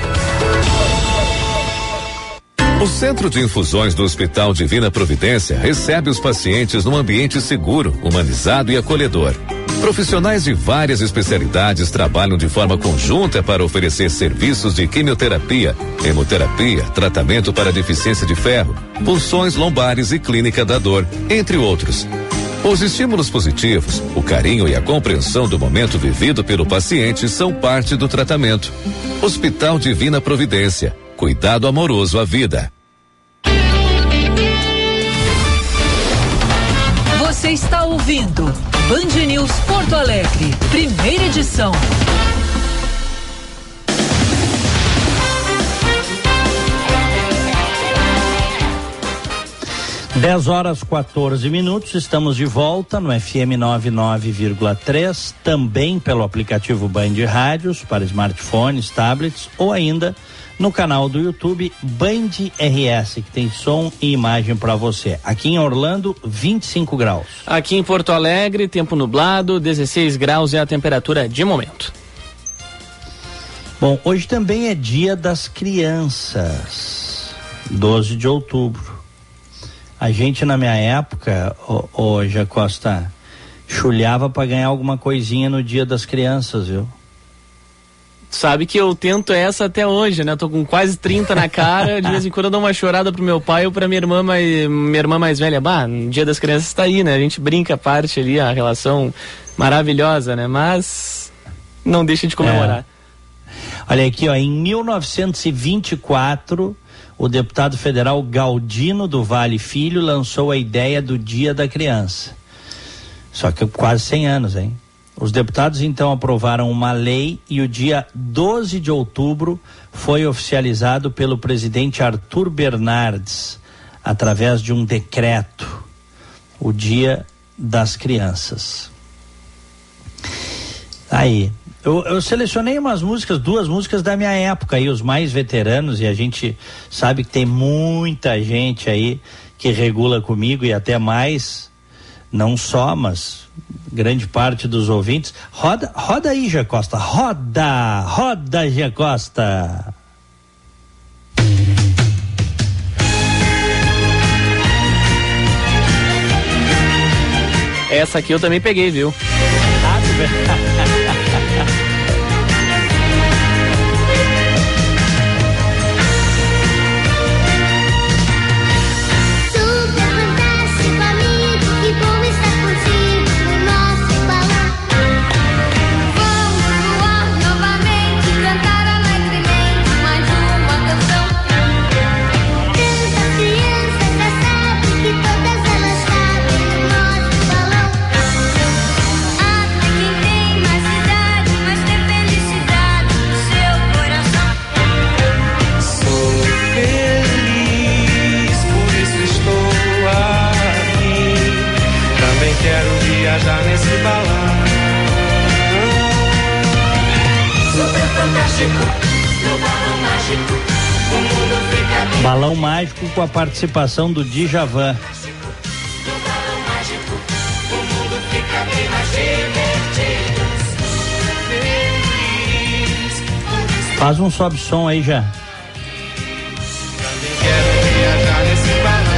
O Centro de Infusões do Hospital Divina Providência recebe os pacientes num ambiente seguro, humanizado e acolhedor. Profissionais de várias especialidades trabalham de forma conjunta para oferecer serviços de quimioterapia, hemoterapia, tratamento para deficiência de ferro, punções lombares e clínica da dor, entre outros. Os estímulos positivos, o carinho e a compreensão do momento vivido pelo paciente são parte do tratamento. Hospital Divina Providência. Cuidado amoroso à vida. Você está ouvindo Band News Porto Alegre, primeira edição. Dez horas 14 minutos, estamos de volta no FM 99,3, também pelo aplicativo Band Rádios para smartphones, tablets ou ainda no canal do YouTube Band RS, que tem som e imagem para você. Aqui em Orlando, 25 graus. Aqui em Porto Alegre, tempo nublado, 16 graus é a temperatura de momento. Bom, hoje também é Dia das Crianças, 12 de outubro. A gente, na minha época, ô Jacosta, chulhava para ganhar alguma coisinha no Dia das Crianças, viu? Sabe que eu tento essa até hoje, né? Tô com quase 30 na cara, de vez em quando eu dou uma chorada pro meu pai ou pra minha irmã mais velha. Bah, no Dia das Crianças tá aí, né? A gente brinca a parte ali, a relação maravilhosa, né? Mas não deixa de comemorar. Olha aqui, ó, em 1924, o deputado federal Galdino do Vale Filho lançou a ideia do Dia da Criança. Só que quase 100 anos, hein? Os deputados então aprovaram uma lei e o dia 12 de outubro foi oficializado pelo presidente Arthur Bernardes, através de um decreto, o Dia das Crianças. Aí, eu selecionei umas músicas, 2 músicas da minha época aí, os mais veteranos, e a gente sabe que tem muita gente aí que regula comigo e até mais, não só, mas grande parte dos ouvintes. Roda aí, Jacosta, roda, Jacosta. Essa aqui eu também peguei, viu? Super Fantástico, 99,3. Balão Mágico com a participação do Djavan. Faz um sobe-som aí já. Quero viajar nesse balão.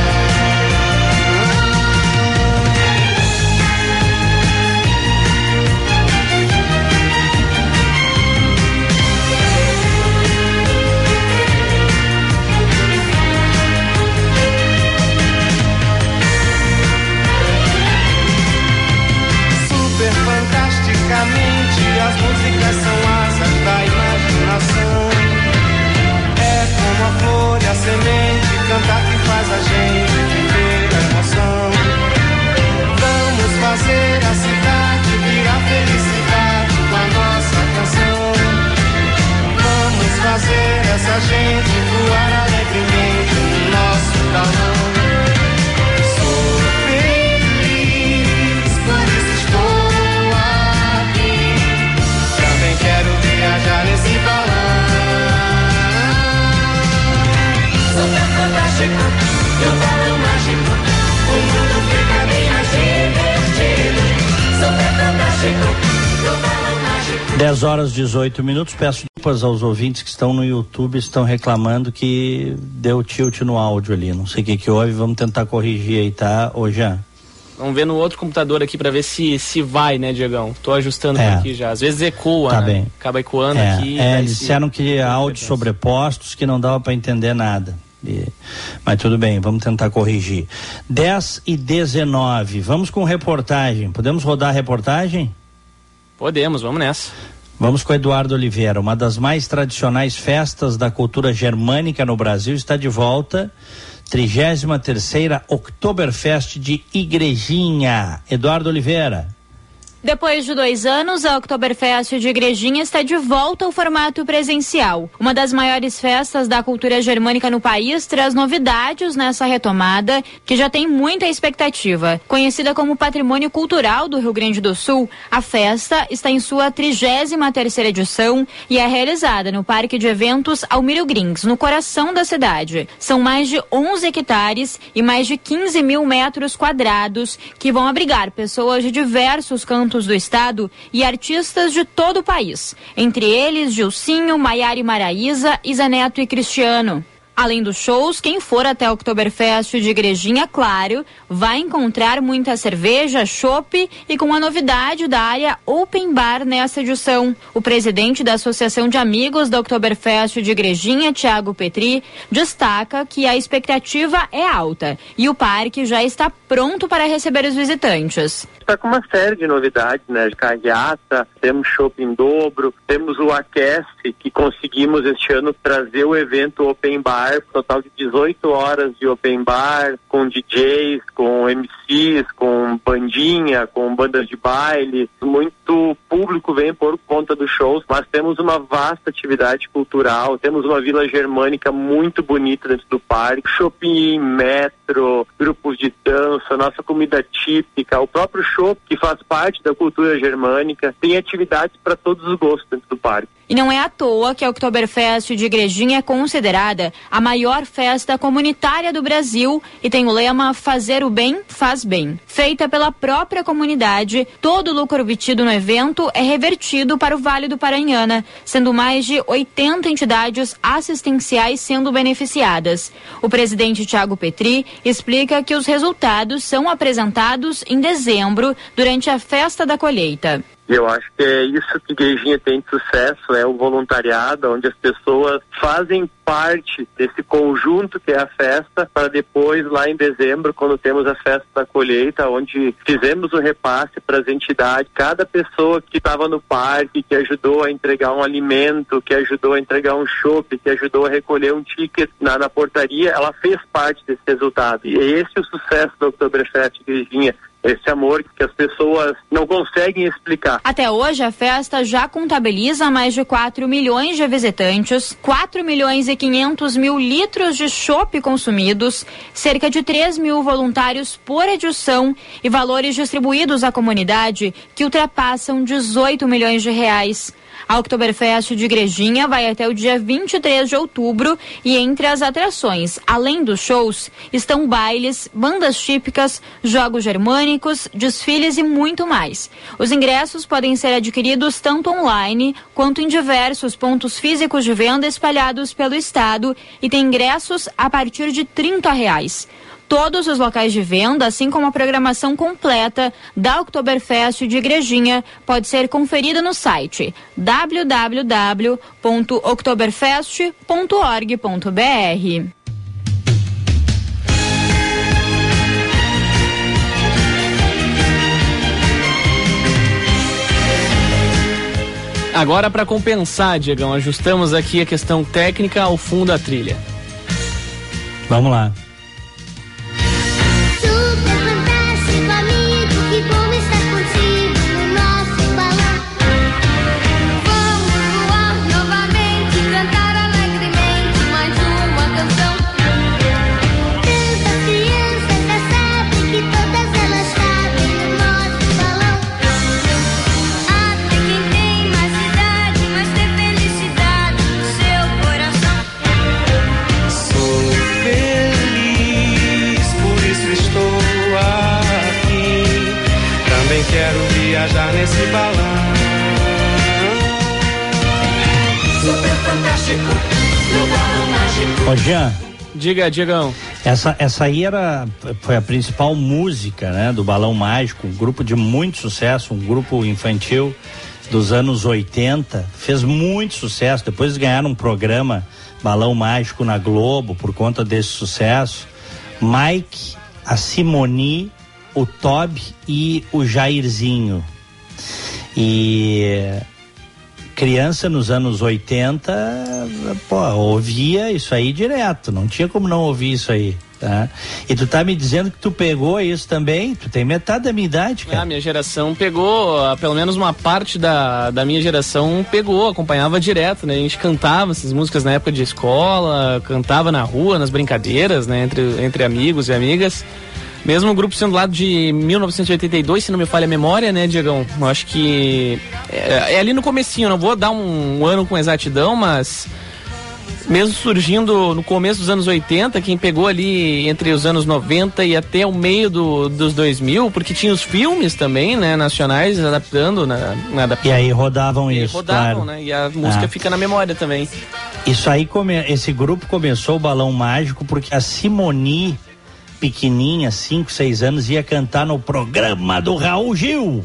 Super fantasticamente, as músicas são asas da imaginação. É como a flor e a semente, cantar que faz a gente viver a emoção. Vamos fazer a cidade virar felicidade com a nossa canção. Vamos fazer essa gente voar alegremente no nosso balão. Sou feliz, por isso estou aqui. Também quero viajar nesse balão. Super fantástico, meu balão mágico. O mundo fica bem mais divertido. Super fantástico, meu balão mágico. 10h18. Peço desculpas aos ouvintes que estão no YouTube, estão reclamando que deu tilt no áudio ali. Não sei o que houve, vamos tentar corrigir aí, tá, ô Jean? Vamos ver no outro computador aqui pra ver se vai, né, Diegão? Tô ajustando por aqui já. Às vezes ecoa, tá, né? bem. Acaba ecoando aqui. Eles disseram que áudios sobrepostos, que não dava pra entender nada. Mas tudo bem, vamos tentar corrigir. 10h19, vamos com reportagem. Podemos rodar a reportagem? Podemos, vamos nessa. Vamos com Eduardo Oliveira. Uma das mais tradicionais festas da cultura germânica no Brasil está de volta. 33ª Oktoberfest de Igrejinha. Eduardo Oliveira. Depois de 2 anos, a Oktoberfest de Igrejinha está de volta ao formato presencial. Uma das maiores festas da cultura germânica no país traz novidades nessa retomada, que já tem muita expectativa. Conhecida como Patrimônio Cultural do Rio Grande do Sul, a festa está em sua 33ª edição e é realizada no Parque de Eventos Almírio Grings, no coração da cidade. São mais de 11 hectares e mais de 15 mil metros quadrados que vão abrigar pessoas de diversos cantos do estado e artistas de todo o país, entre eles Gilcinho, Maiara e Maraísa, Isa Neto e Cristiano. Além dos shows, quem for até o Oktoberfest de Igrejinha, claro, vai encontrar muita cerveja, chopp e com a novidade da área Open Bar nessa edição. O presidente da Associação de Amigos da Oktoberfest de Igrejinha, Thiago Petri, destaca que a expectativa é alta e o parque já está pronto para receber os visitantes. Está com uma série de novidades, né? De carreata, temos chopp em dobro, temos o Aquece, que conseguimos este ano trazer o evento Open Bar, total de 18 horas de Open Bar, com DJs, com MCs, com bandinha, com bandas de baile. Muito público vem por conta dos shows, mas temos uma vasta atividade cultural, temos uma vila germânica muito bonita dentro do parque, shopping, metro, grupos de dança, nossa comida típica, o próprio chopp, que faz parte da cultura germânica, tem atividades para todos os gostos dentro do parque. E não é à toa que a Oktoberfest de Igrejinha é considerada a maior festa comunitária do Brasil e tem o lema Fazer o Bem, Faz Bem. Feita pela própria comunidade, todo o lucro obtido no evento é revertido para o Vale do Paranhana, sendo mais de 80 entidades assistenciais sendo beneficiadas. O presidente Thiago Petri explica que os resultados são apresentados em dezembro, durante a festa da colheita. Eu acho que é isso que Igrejinha tem de sucesso, é o voluntariado, onde as pessoas fazem parte desse conjunto que é a festa, para depois, lá em dezembro, quando temos a festa da colheita, onde fizemos o repasse para as entidades, cada pessoa que estava no parque, que ajudou a entregar um alimento, que ajudou a entregar um chopp, que ajudou a recolher um ticket na portaria, ela fez parte desse resultado. E esse é o sucesso do Oktoberfest Igrejinha. esse amor que as pessoas não conseguem explicar. Até hoje, a festa já contabiliza mais de 4 milhões de visitantes, 4 milhões e 500 mil litros de chopp consumidos, cerca de 3 mil voluntários por edição e valores distribuídos à comunidade que ultrapassam 18 milhões de reais. A Oktoberfest de Igrejinha vai até o dia 23 de outubro e entre as atrações, além dos shows, estão bailes, bandas típicas, jogos germânicos, desfiles e muito mais. Os ingressos podem ser adquiridos tanto online quanto em diversos pontos físicos de venda espalhados pelo estado e tem ingressos a partir de R$30. Todos os locais de venda, assim como a programação completa da Oktoberfest de Igrejinha, pode ser conferida no site www.oktoberfest.org.br. Agora, para compensar, Diegão, ajustamos aqui a questão técnica ao fundo da trilha. Vamos lá. Viajar nesse balão. Super fantástico, no balão mágico. Ô Jean. Diga, Diegão. Essa aí foi a principal música, né, do Balão Mágico, um grupo de muito sucesso, um grupo infantil dos anos 80, fez muito sucesso. Depois ganharam um programa Balão Mágico na Globo por conta desse sucesso. Mike, a Simone, o Toby e o Jairzinho. E criança nos anos 80, ouvia isso aí direto, não tinha como não ouvir isso aí, tá? E tu tá me dizendo que tu pegou isso também? Tu tem metade da minha idade, cara. A minha geração pegou, pelo menos uma parte da minha geração pegou, acompanhava direto, né? A gente cantava essas músicas na época de escola, cantava na rua, nas brincadeiras, né? Entre amigos e amigas. Mesmo o grupo sendo lá de 1982, se não me falha a memória, né, Diegão? Eu acho que é ali no comecinho, não vou dar um ano com exatidão, mas mesmo surgindo no começo dos anos 80, quem pegou ali entre os anos 90 e até o meio dos 2000, porque tinha os filmes também, né, nacionais, adaptando. E aí rodavam isso, claro. Né, e a música fica na memória também. Isso aí, esse grupo começou o Balão Mágico porque a Simone, pequenininha, 5, 6 anos, ia cantar no programa do Raul Gil.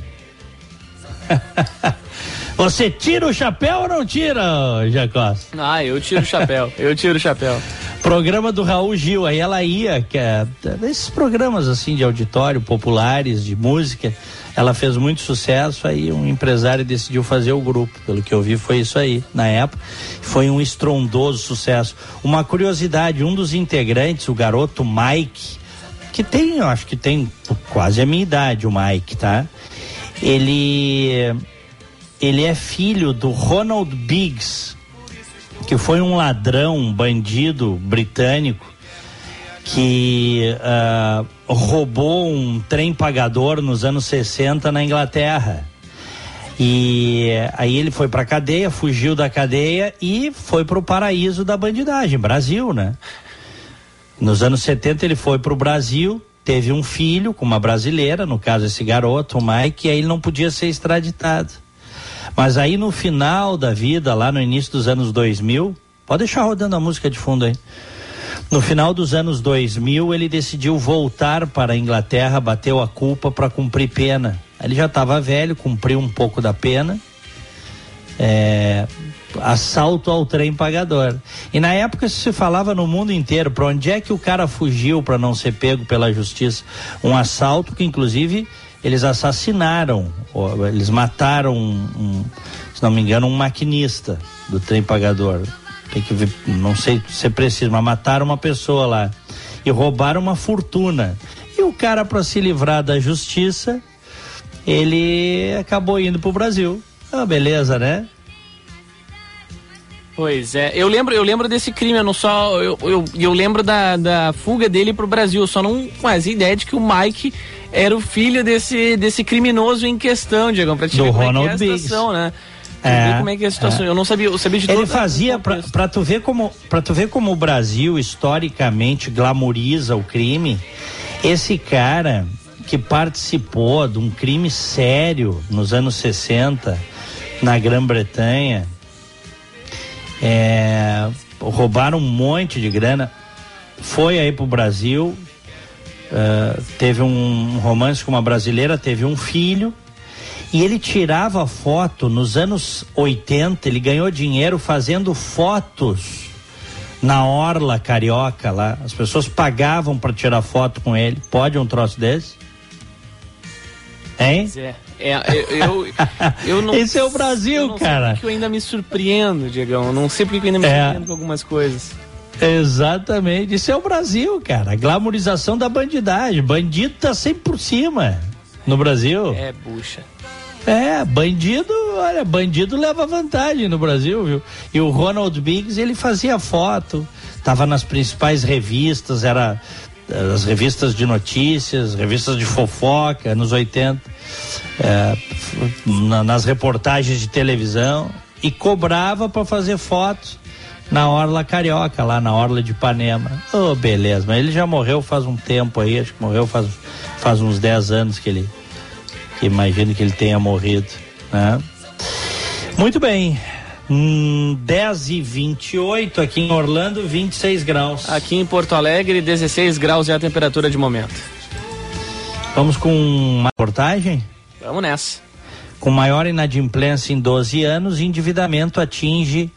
Você tira o chapéu ou não tira, Jacós? Eu tiro o chapéu, Programa do Raul Gil, aí ela ia, esses programas assim de auditório, populares, de música, ela fez muito sucesso, aí um empresário decidiu fazer o grupo, pelo que eu vi foi isso aí, na época, foi um estrondoso sucesso. Uma curiosidade, um dos integrantes, o garoto Mike, que eu acho que tem quase a minha idade, o Mike, tá? Ele é filho do Ronald Biggs, que foi um ladrão, um bandido britânico que roubou um trem pagador nos anos 60 na Inglaterra. E aí ele foi pra cadeia, fugiu da cadeia e foi pro paraíso da bandidagem, Brasil, né? Nos anos 70 ele foi pro Brasil, teve um filho com uma brasileira, no caso esse garoto, o Mike, e aí ele não podia ser extraditado. Mas aí no final da vida, lá no início dos anos 2000, pode deixar rodando a música de fundo aí. No final dos anos 2000, ele decidiu voltar para a Inglaterra, bateu a culpa para cumprir pena. Ele já estava velho, cumpriu um pouco da pena. Assalto ao trem pagador. E na época isso se falava no mundo inteiro, para onde é que o cara fugiu para não ser pego pela justiça? Um assalto que inclusive eles assassinaram, eles mataram se não me engano, um maquinista do trem pagador. Tem que ver, não sei se é preciso, mas mataram uma pessoa lá e roubaram uma fortuna. E o cara, para se livrar da justiça, ele acabou indo pro Brasil. Ah, beleza, né? Pois é, eu lembro desse crime, eu lembro da fuga dele pro Brasil, só não fazia ideia de que o Mike era o filho desse criminoso em questão, Diego, pra te ver como Ronald é que é a situação, né? Como é que é a situação? Eu sabia de tudo. Ele fazia, pra tu ver como o Brasil historicamente glamoriza o crime, esse cara que participou de um crime sério nos anos 60 na Grã-Bretanha, roubaram um monte de grana, foi aí pro Brasil, teve um romance com uma brasileira, teve um filho, e ele tirava foto nos anos 80, ele ganhou dinheiro fazendo fotos na orla carioca lá, as pessoas pagavam para tirar foto com ele. Pode um troço desse? Hein? Eu não. Esse é o Brasil, cara. Sei porque eu ainda me surpreendo, Diegão. Eu não sei porque eu ainda me surpreendo com algumas coisas. Exatamente. Isso é o Brasil, cara. A glamorização da bandidagem. Bandido tá sempre por cima no Brasil. Bucha. Bandido leva vantagem no Brasil, viu? E o Ronald Biggs, ele fazia foto, tava nas principais revistas, era as revistas de notícias, revistas de fofoca, anos 80, nas reportagens de televisão, e cobrava para fazer fotos na orla carioca, lá na orla de Ipanema. Oh, beleza, mas ele já morreu faz um tempo aí, acho que morreu faz uns 10 anos que imagino que ele tenha morrido, né? Muito bem, 10h28 aqui em Orlando, 26 graus. Aqui em Porto Alegre, 16 graus é a temperatura de momento. Vamos com uma reportagem? Vamos nessa. Com maior inadimplência em 12 anos, endividamento atinge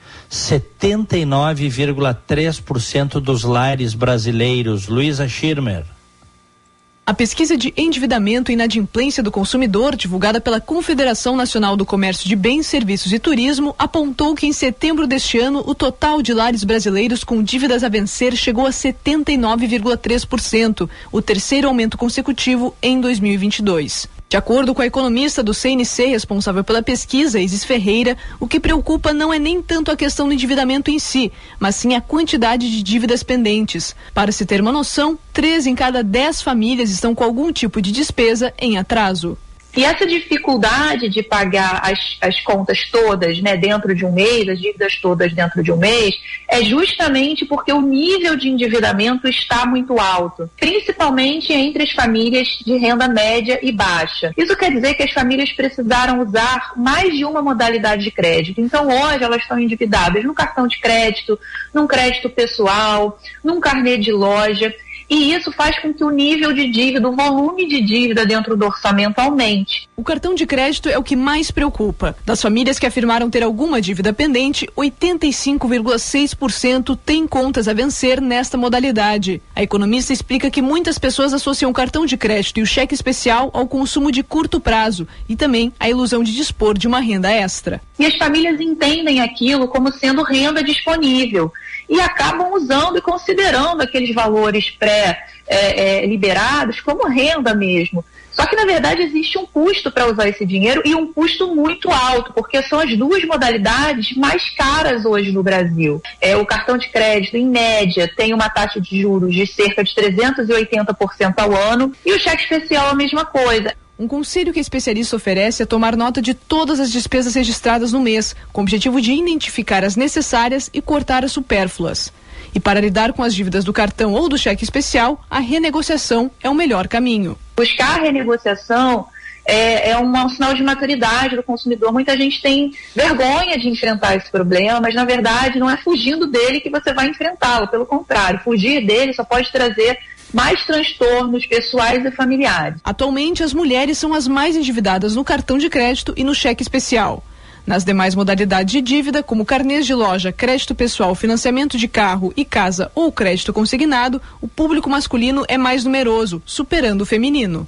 79,3% dos lares brasileiros. Luísa Schirmer. A pesquisa de endividamento e inadimplência do consumidor, divulgada pela Confederação Nacional do Comércio de Bens, Serviços e Turismo, apontou que em setembro deste ano o total de lares brasileiros com dívidas a vencer chegou a 79,3%, o terceiro aumento consecutivo em 2022. De acordo com a economista do CNC responsável pela pesquisa, Isis Ferreira, o que preocupa não é nem tanto a questão do endividamento em si, mas sim a quantidade de dívidas pendentes. Para se ter uma noção, 3 em cada 10 famílias estão com algum tipo de despesa em atraso. E essa dificuldade de pagar as contas todas, né, dentro de um mês, as dívidas todas dentro de um mês, é justamente porque o nível de endividamento está muito alto, principalmente entre as famílias de renda média e baixa. Isso quer dizer que as famílias precisaram usar mais de uma modalidade de crédito. Então, hoje, elas estão endividadas no cartão de crédito, num crédito pessoal, num carnê de loja. E isso faz com que o nível de dívida, o volume de dívida dentro do orçamento aumente. O cartão de crédito é o que mais preocupa. Das famílias que afirmaram ter alguma dívida pendente, 85,6% têm contas a vencer nesta modalidade. A economista explica que muitas pessoas associam o cartão de crédito e o cheque especial ao consumo de curto prazo e também à ilusão de dispor de uma renda extra. E as famílias entendem aquilo como sendo renda disponível e acabam usando e considerando aqueles valores liberados como renda mesmo. Só que, na verdade, existe um custo para usar esse dinheiro e um custo muito alto, porque são as duas modalidades mais caras hoje no Brasil. O cartão de crédito, em média, tem uma taxa de juros de cerca de 380% ao ano e o cheque especial a mesma coisa. Um conselho que a especialista oferece é tomar nota de todas as despesas registradas no mês, com o objetivo de identificar as necessárias e cortar as supérfluas. E para lidar com as dívidas do cartão ou do cheque especial, a renegociação é o melhor caminho. Buscar a renegociação é um sinal de maturidade do consumidor. Muita gente tem vergonha de enfrentar esse problema, mas na verdade não é fugindo dele que você vai enfrentá-lo. Pelo contrário, fugir dele só pode trazer mais transtornos pessoais e familiares. Atualmente, as mulheres são as mais endividadas no cartão de crédito e no cheque especial. Nas demais modalidades de dívida, como carnês de loja, crédito pessoal, financiamento de carro e casa ou crédito consignado, o público masculino é mais numeroso, superando o feminino.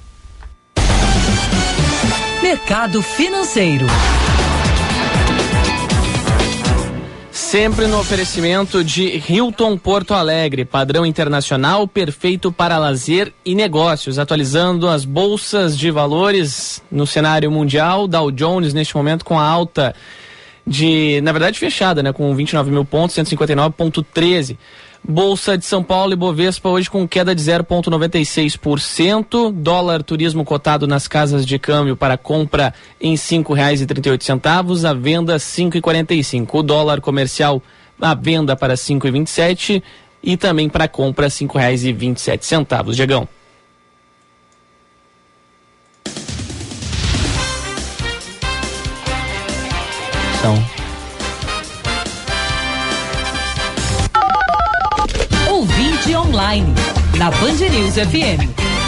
Mercado financeiro. Sempre no oferecimento de Hilton Porto Alegre, padrão internacional, perfeito para lazer e negócios. Atualizando as bolsas de valores no cenário mundial, Dow Jones neste momento com a alta de, na verdade fechada, né, com 29 mil pontos, 159,13. Bolsa de São Paulo e Bovespa hoje com queda de 0,96%. Dólar turismo cotado nas casas de câmbio para compra em R$ 5,38, a venda R$ 5,45. O dólar comercial à venda para R$ 5,27 e também para compra R$ 5,27. Diegão. Ouvinte online, na Band News FM.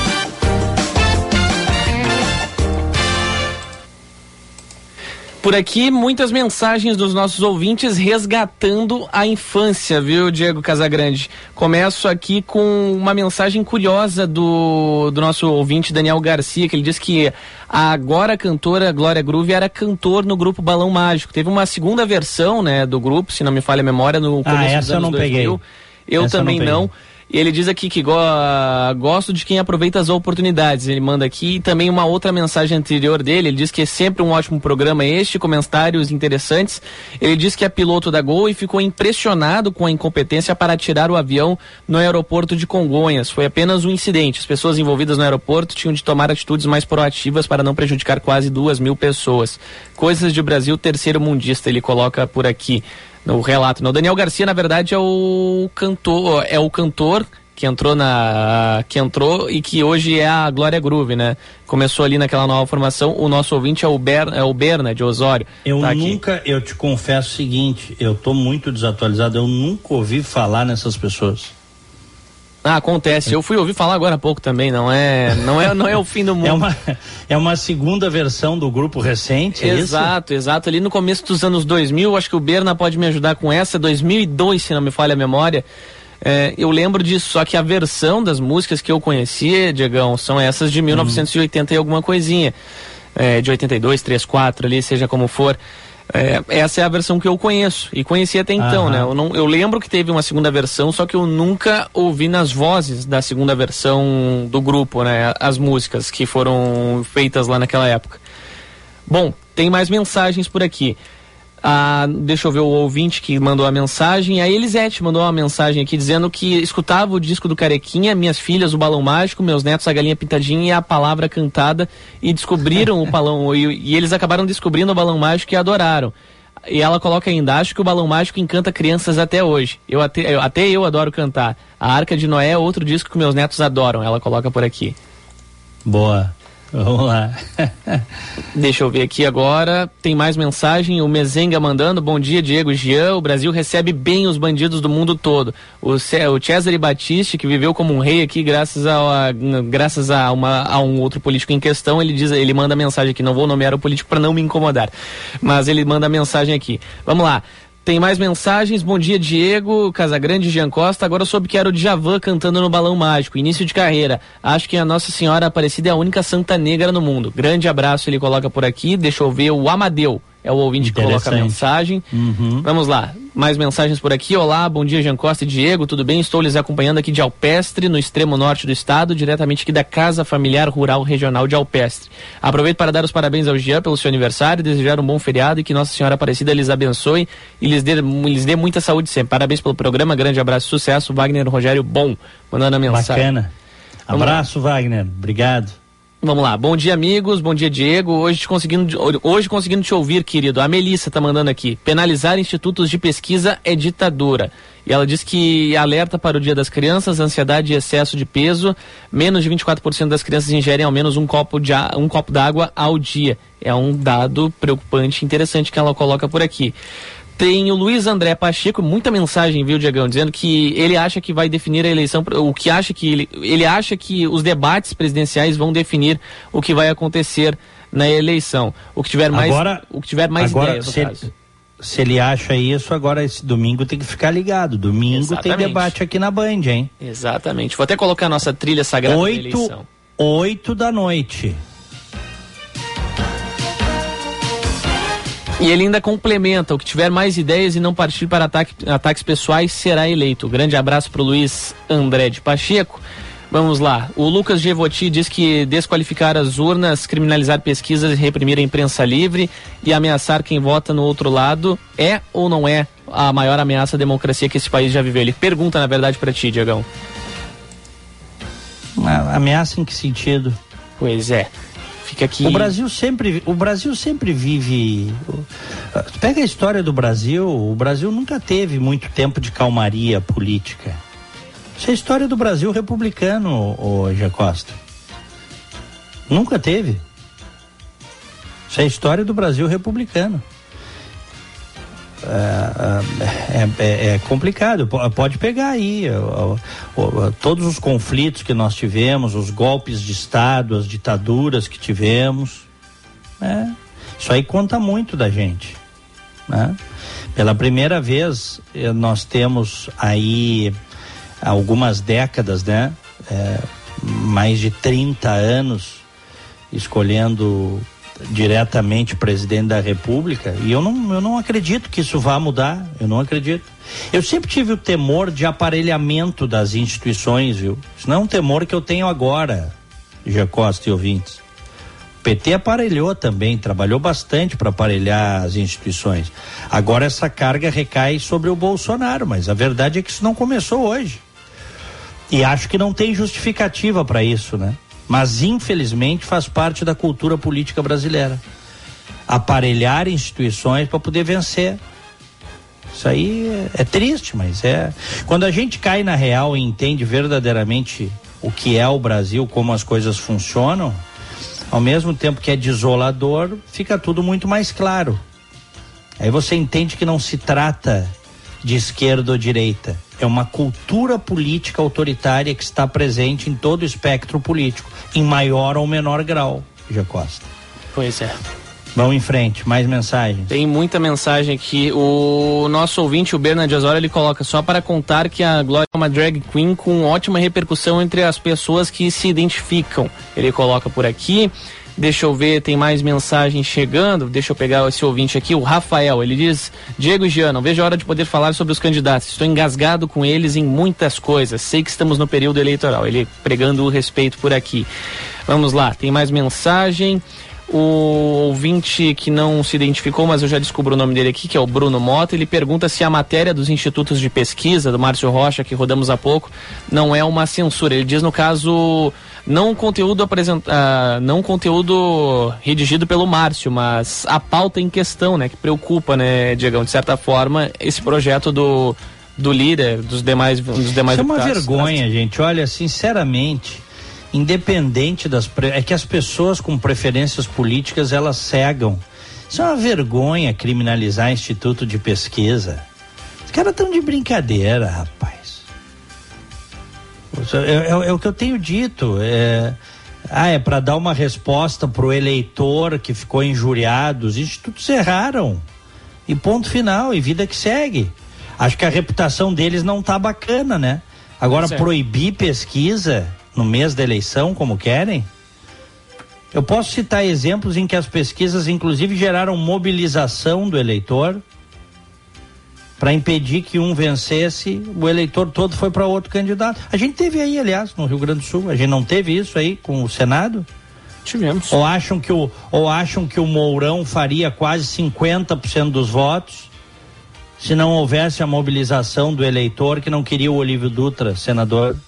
Por aqui, muitas mensagens dos nossos ouvintes resgatando a infância, viu, Diego Casagrande? Começo aqui com uma mensagem curiosa do nosso ouvinte Daniel Garcia, que ele diz que a agora cantora Glória Groove era cantor no grupo Balão Mágico. Teve uma segunda versão, né, do grupo, se não me falha a memória, no começo dos anos 2000. Eu também não. E ele diz aqui que gosto de quem aproveita as oportunidades. Ele manda aqui também uma outra mensagem anterior dele. Ele diz que é sempre um ótimo programa este, comentários interessantes. Ele diz que é piloto da Gol e ficou impressionado com a incompetência para tirar o avião no aeroporto de Congonhas. Foi apenas um incidente. As pessoas envolvidas no aeroporto tinham de tomar atitudes mais proativas para não prejudicar quase 2.000 pessoas. Coisas de Brasil terceiro mundista, ele coloca por aqui no relato. O Daniel Garcia, na verdade, é o cantor que entrou e que hoje é a Glória Groove, né? Começou ali naquela nova formação. O nosso ouvinte é o Berna de Osório. Eu te confesso o seguinte, eu tô muito desatualizado, eu nunca ouvi falar nessas pessoas. Acontece, eu fui ouvir falar agora há pouco também, não é o fim do mundo. É uma segunda versão do grupo recente, é exato, ali no começo dos anos 2000, acho que o Berna pode me ajudar com essa, 2002, se não me falha a memória, eu lembro disso, só que a versão das músicas que eu conhecia, Diegão, são essas de 1980 e alguma coisinha, de 82, 3, 4 ali, seja como for. Essa é a versão que eu conheço e conheci até então, né? Eu lembro que teve uma segunda versão, só que eu nunca ouvi nas vozes da segunda versão do grupo, né? As músicas que foram feitas lá naquela época. Bom, tem mais mensagens por aqui. Deixa eu ver o ouvinte que mandou a mensagem. A Elisete mandou uma mensagem aqui dizendo que escutava o disco do Carequinha, minhas filhas o Balão Mágico, meus netos a Galinha Pintadinha e a Palavra Cantada, e descobriram o balão, e eles acabaram descobrindo o Balão Mágico e adoraram. E ela coloca ainda, acho que o Balão Mágico encanta crianças até hoje. Até eu adoro cantar. A Arca de Noé é outro disco que meus netos adoram, ela coloca por aqui. Boa. Vamos lá. Deixa eu ver aqui agora. Tem mais mensagem. O Mezenga mandando. Bom dia, Diego Jean. O Brasil recebe bem os bandidos do mundo todo. O Cesare Battisti, que viveu como um rei aqui graças a um outro político em questão, ele manda mensagem aqui. Não vou nomear o político para não me incomodar, mas ele manda mensagem aqui. Vamos lá. Tem mais mensagens. Bom dia, Diego Casagrande, Jean Costa. Agora soube que era o Djavan cantando no Balão Mágico. Início de carreira. Acho que a Nossa Senhora Aparecida é a única santa negra no mundo. Grande abraço, ele coloca por aqui. Deixa eu ver o Amadeu. É o ouvinte que coloca a mensagem. Vamos lá. Mais mensagens por aqui. Olá, bom dia, Jean Costa e Diego. Tudo bem? Estou lhes acompanhando aqui de Alpestre, no extremo norte do estado, diretamente aqui da Casa Familiar Rural Regional de Alpestre. Aproveito para dar os parabéns ao Jean pelo seu aniversário, desejar um bom feriado e que Nossa Senhora Aparecida lhes abençoe e lhes dê muita saúde sempre. Parabéns pelo programa, grande abraço, sucesso. Wagner Rogério Bom, mandando a mensagem. Bacana. Abraço, Wagner. Obrigado. Vamos lá, bom dia, amigos, bom dia, Diego. Hoje conseguindo te ouvir, querido. A Melissa tá mandando aqui. Penalizar institutos de pesquisa é ditadura. E ela diz que alerta para o Dia das Crianças, ansiedade e excesso de peso. Menos de 24% das crianças ingerem ao menos um copo d'água ao dia. É um dado preocupante, interessante que ela coloca por aqui. Tem o Luiz André Pacheco, muita mensagem, viu, Diegão, dizendo que ele acha que vai definir a eleição, ele acha que os debates presidenciais vão definir o que vai acontecer na eleição. O que tiver mais ideias, se ele acha isso, agora esse domingo tem que ficar ligado. Domingo Exatamente. Tem debate aqui na Band, hein? Exatamente. Vou até colocar a nossa trilha sagrada da eleição. 8 da noite. E ele ainda complementa: o que tiver mais ideias e não partir para ataques pessoais será eleito. Grande abraço para o Luiz André de Pacheco. Vamos lá, o Lucas Gevoti diz que desqualificar as urnas, criminalizar pesquisas e reprimir a imprensa livre e ameaçar quem vota no outro lado é ou não é a maior ameaça à democracia que esse país já viveu? Ele pergunta, na verdade, para ti, Diegão. Ameaça em que sentido? Pois é, fica aqui. O Brasil sempre vive. Pega a história do Brasil. O Brasil nunca teve muito tempo de calmaria política. Isso é a história do Brasil republicano, ô Gia Costa. Nunca teve. Isso é a história do Brasil republicano. É complicado. Pode pegar aí todos os conflitos que nós tivemos, os golpes de Estado, as ditaduras que tivemos. Isso aí conta muito da gente, né? Pela primeira vez nós temos aí algumas décadas, né? Mais de 30 anos escolhendo diretamente o presidente da República, e eu não acredito que isso vá mudar. Eu não acredito. Eu sempre tive o temor de aparelhamento das instituições, viu? Isso não é um temor que eu tenho agora, Gia Costa e ouvintes. O PT aparelhou também, trabalhou bastante para aparelhar as instituições. Agora essa carga recai sobre o Bolsonaro, mas a verdade é que isso não começou hoje. E acho que não tem justificativa para isso, né? Mas infelizmente faz parte da cultura política brasileira. Aparelhar instituições para poder vencer. Isso aí é triste, mas é. Quando a gente cai na real e entende verdadeiramente o que é o Brasil, como as coisas funcionam, ao mesmo tempo que é desolador, fica tudo muito mais claro. Aí você entende que não se trata de esquerda ou direita. É uma cultura política autoritária que está presente em todo o espectro político, em maior ou menor grau, Gia Costa. Pois é. Vamos em frente, mais mensagens. Tem muita mensagem aqui. O nosso ouvinte, o Bernard Osório, ele coloca: só para contar que a Glória é uma drag queen com ótima repercussão entre as pessoas que se identificam. Ele coloca por aqui. Deixa eu ver, tem mais mensagem chegando. Deixa eu pegar esse ouvinte aqui, o Rafael. Ele diz: Diego e Jean, não vejo a hora de poder falar sobre os candidatos. Estou engasgado com eles em muitas coisas. Sei que estamos no período eleitoral. Ele pregando o respeito por aqui. Vamos lá, tem mais mensagem. O ouvinte que não se identificou, mas eu já descubro o nome dele aqui, que é o Bruno Mota. Ele pergunta se a matéria dos institutos de pesquisa do Márcio Rocha, que rodamos há pouco, não é uma censura. Ele diz, no caso, não conteúdo redigido pelo Márcio, mas a pauta em questão, né, que preocupa, né, Diegão, de certa forma, esse projeto do líder, dos demais deputados. Isso é uma vergonha, gente. Olha, sinceramente, independente é que as pessoas com preferências políticas, elas cegam. Isso é uma vergonha criminalizar instituto de pesquisa. Os caras estão de brincadeira, rapaz. É o que eu tenho dito. É para dar uma resposta pro eleitor que ficou injuriado. Os institutos erraram. E ponto final, e vida que segue. Acho que a reputação deles não tá bacana, né? Agora, proibir pesquisa no mês da eleição, como querem? Eu posso citar exemplos em que as pesquisas, inclusive, geraram mobilização do eleitor para impedir que um vencesse, o eleitor todo foi para outro candidato. A gente teve aí, aliás, no Rio Grande do Sul, a gente não teve isso aí com o Senado? Tivemos. Ou acham que o Mourão faria quase 50% dos votos se não houvesse a mobilização do eleitor que não queria o Olívio Dutra, senador?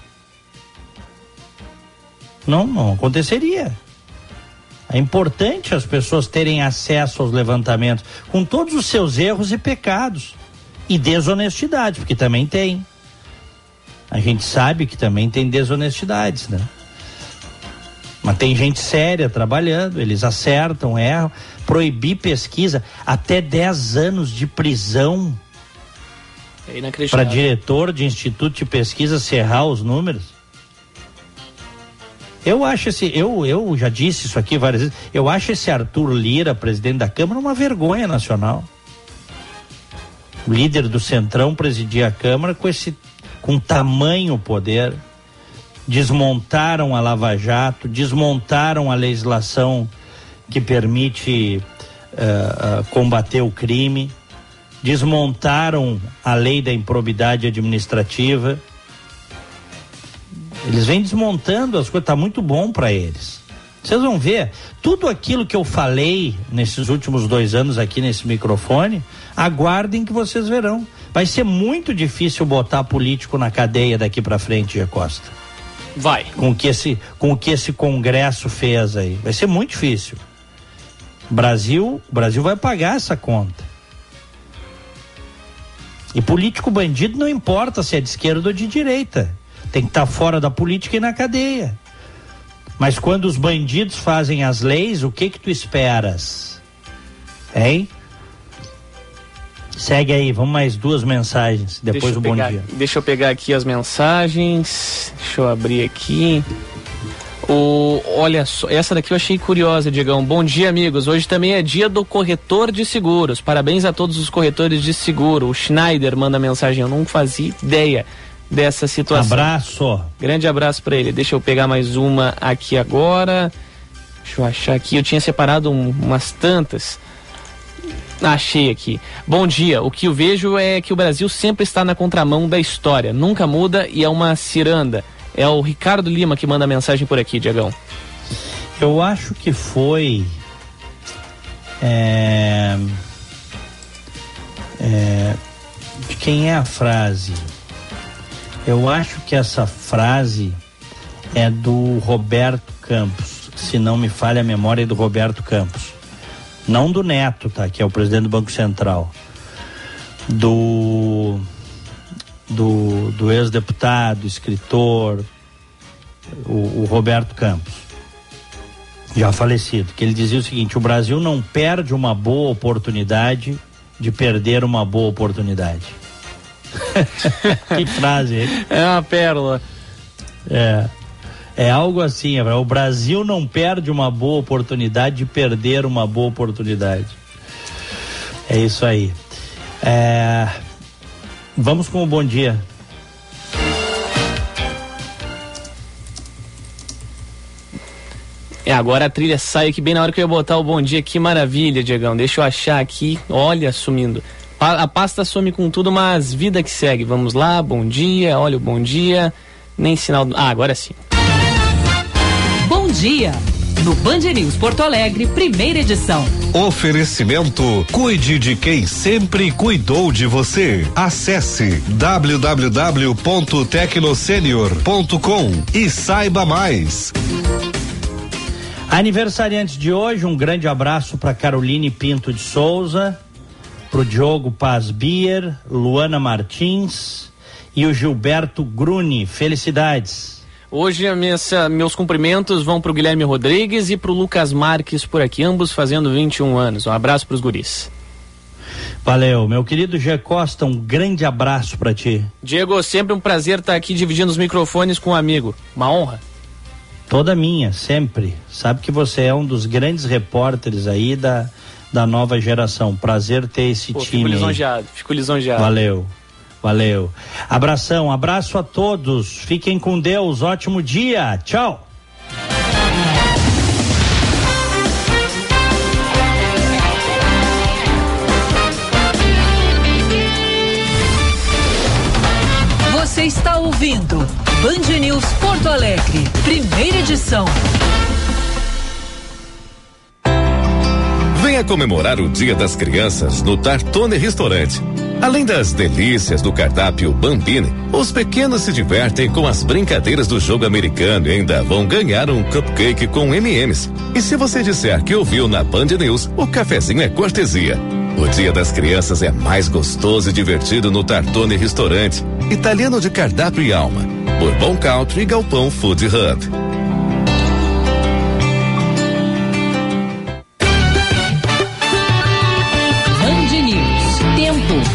Não aconteceria. É importante as pessoas terem acesso aos levantamentos, com todos os seus erros e pecados. E desonestidade, porque também tem. A gente sabe que também tem desonestidades, né? Mas tem gente séria trabalhando, eles acertam, erram. Proibir pesquisa, até 10 anos de prisão para diretor de instituto de pesquisa se errar os números. Eu acho eu já disse isso aqui várias vezes, eu acho esse Arthur Lira, presidente da Câmara, uma vergonha nacional. O líder do Centrão presidia a Câmara com tamanho poder. Desmontaram a Lava Jato, desmontaram a legislação que permite combater o crime, desmontaram a lei da improbidade administrativa. Eles vêm desmontando as coisas, tá muito bom para eles. Vocês vão ver, tudo aquilo que eu falei nesses últimos 2 anos aqui nesse microfone, aguardem que vocês verão. Vai ser muito difícil botar político na cadeia daqui para frente, Gê Costa. Vai. Com o que esse Congresso fez aí. Vai ser muito difícil. O Brasil vai pagar essa conta. E político bandido não importa se é de esquerda ou de direita. Tem que estar fora da política e na cadeia. Mas quando os bandidos fazem as leis, o que tu esperas? Hein? Segue aí, vamos mais 2 mensagens, depois o bom dia. Deixa eu pegar aqui as mensagens, deixa eu abrir aqui. Olha só, essa daqui eu achei curiosa, Diegão. Bom dia, amigos. Hoje também é dia do corretor de seguros. Parabéns a todos os corretores de seguro. O Schneider manda mensagem, eu não fazia ideia dessa situação. Abraço. Grande abraço pra ele. Deixa eu pegar mais uma aqui agora. Deixa eu achar aqui. Eu tinha separado umas tantas. Achei aqui. Bom dia. O que eu vejo é que o Brasil sempre está na contramão da história. Nunca muda e é uma ciranda. É o Ricardo Lima que manda mensagem por aqui, Diegão. Eu acho que foi... de quem é a frase? Eu acho que essa frase é do Roberto Campos, se não me falha a memória, é do Roberto Campos. Não do Neto, tá? Que é o presidente do Banco Central. Do ex-deputado, escritor, o Roberto Campos, já falecido, que ele dizia o seguinte: o Brasil não perde uma boa oportunidade de perder uma boa oportunidade. Que frase, hein? É uma pérola. É algo assim, o Brasil não perde uma boa oportunidade de perder uma boa oportunidade. É isso aí. Vamos com o bom dia. Agora a trilha sai aqui bem na hora que eu ia botar o bom dia. Que maravilha, Diegão. Deixa eu achar aqui. Olha, sumindo. A pasta some com tudo, mas vida que segue. Vamos lá, bom dia. Olha o bom dia. Nem sinal. Agora sim. Bom dia. No Band News Porto Alegre, primeira edição. Oferecimento: cuide de quem sempre cuidou de você. Acesse www.tecnosenior.com e saiba mais. Aniversariantes de hoje, um grande abraço para Caroline Pinto de Souza, pro Diogo Paz Bier, Luana Martins e o Gilberto Gruni. Felicidades. Hoje meus cumprimentos vão pro Guilherme Rodrigues e pro Lucas Marques por aqui, ambos fazendo 21 anos. Um abraço pros guris. Valeu, meu querido Gê Costa, um grande abraço para ti. Diego, sempre um prazer estar aqui dividindo os microfones com um amigo. Uma honra. Toda minha, sempre. Sabe que você é um dos grandes repórteres aí da nova geração. Prazer ter esse time. Fico lisonjeado. Valeu. Abraço a todos. Fiquem com Deus. Ótimo dia. Tchau. Você está ouvindo Band News Porto Alegre, primeira edição. Venha comemorar o Dia das Crianças no Tartone Restaurante. Além das delícias do cardápio Bambini, os pequenos se divertem com as brincadeiras do jogo americano e ainda vão ganhar um cupcake com M&M's. E se você disser que ouviu na Band News, o cafezinho é cortesia. O Dia das Crianças é mais gostoso e divertido no Tartone Restaurante, italiano de cardápio e alma. Bourbon Country e Galpão Food Hub. Band News. Tempo.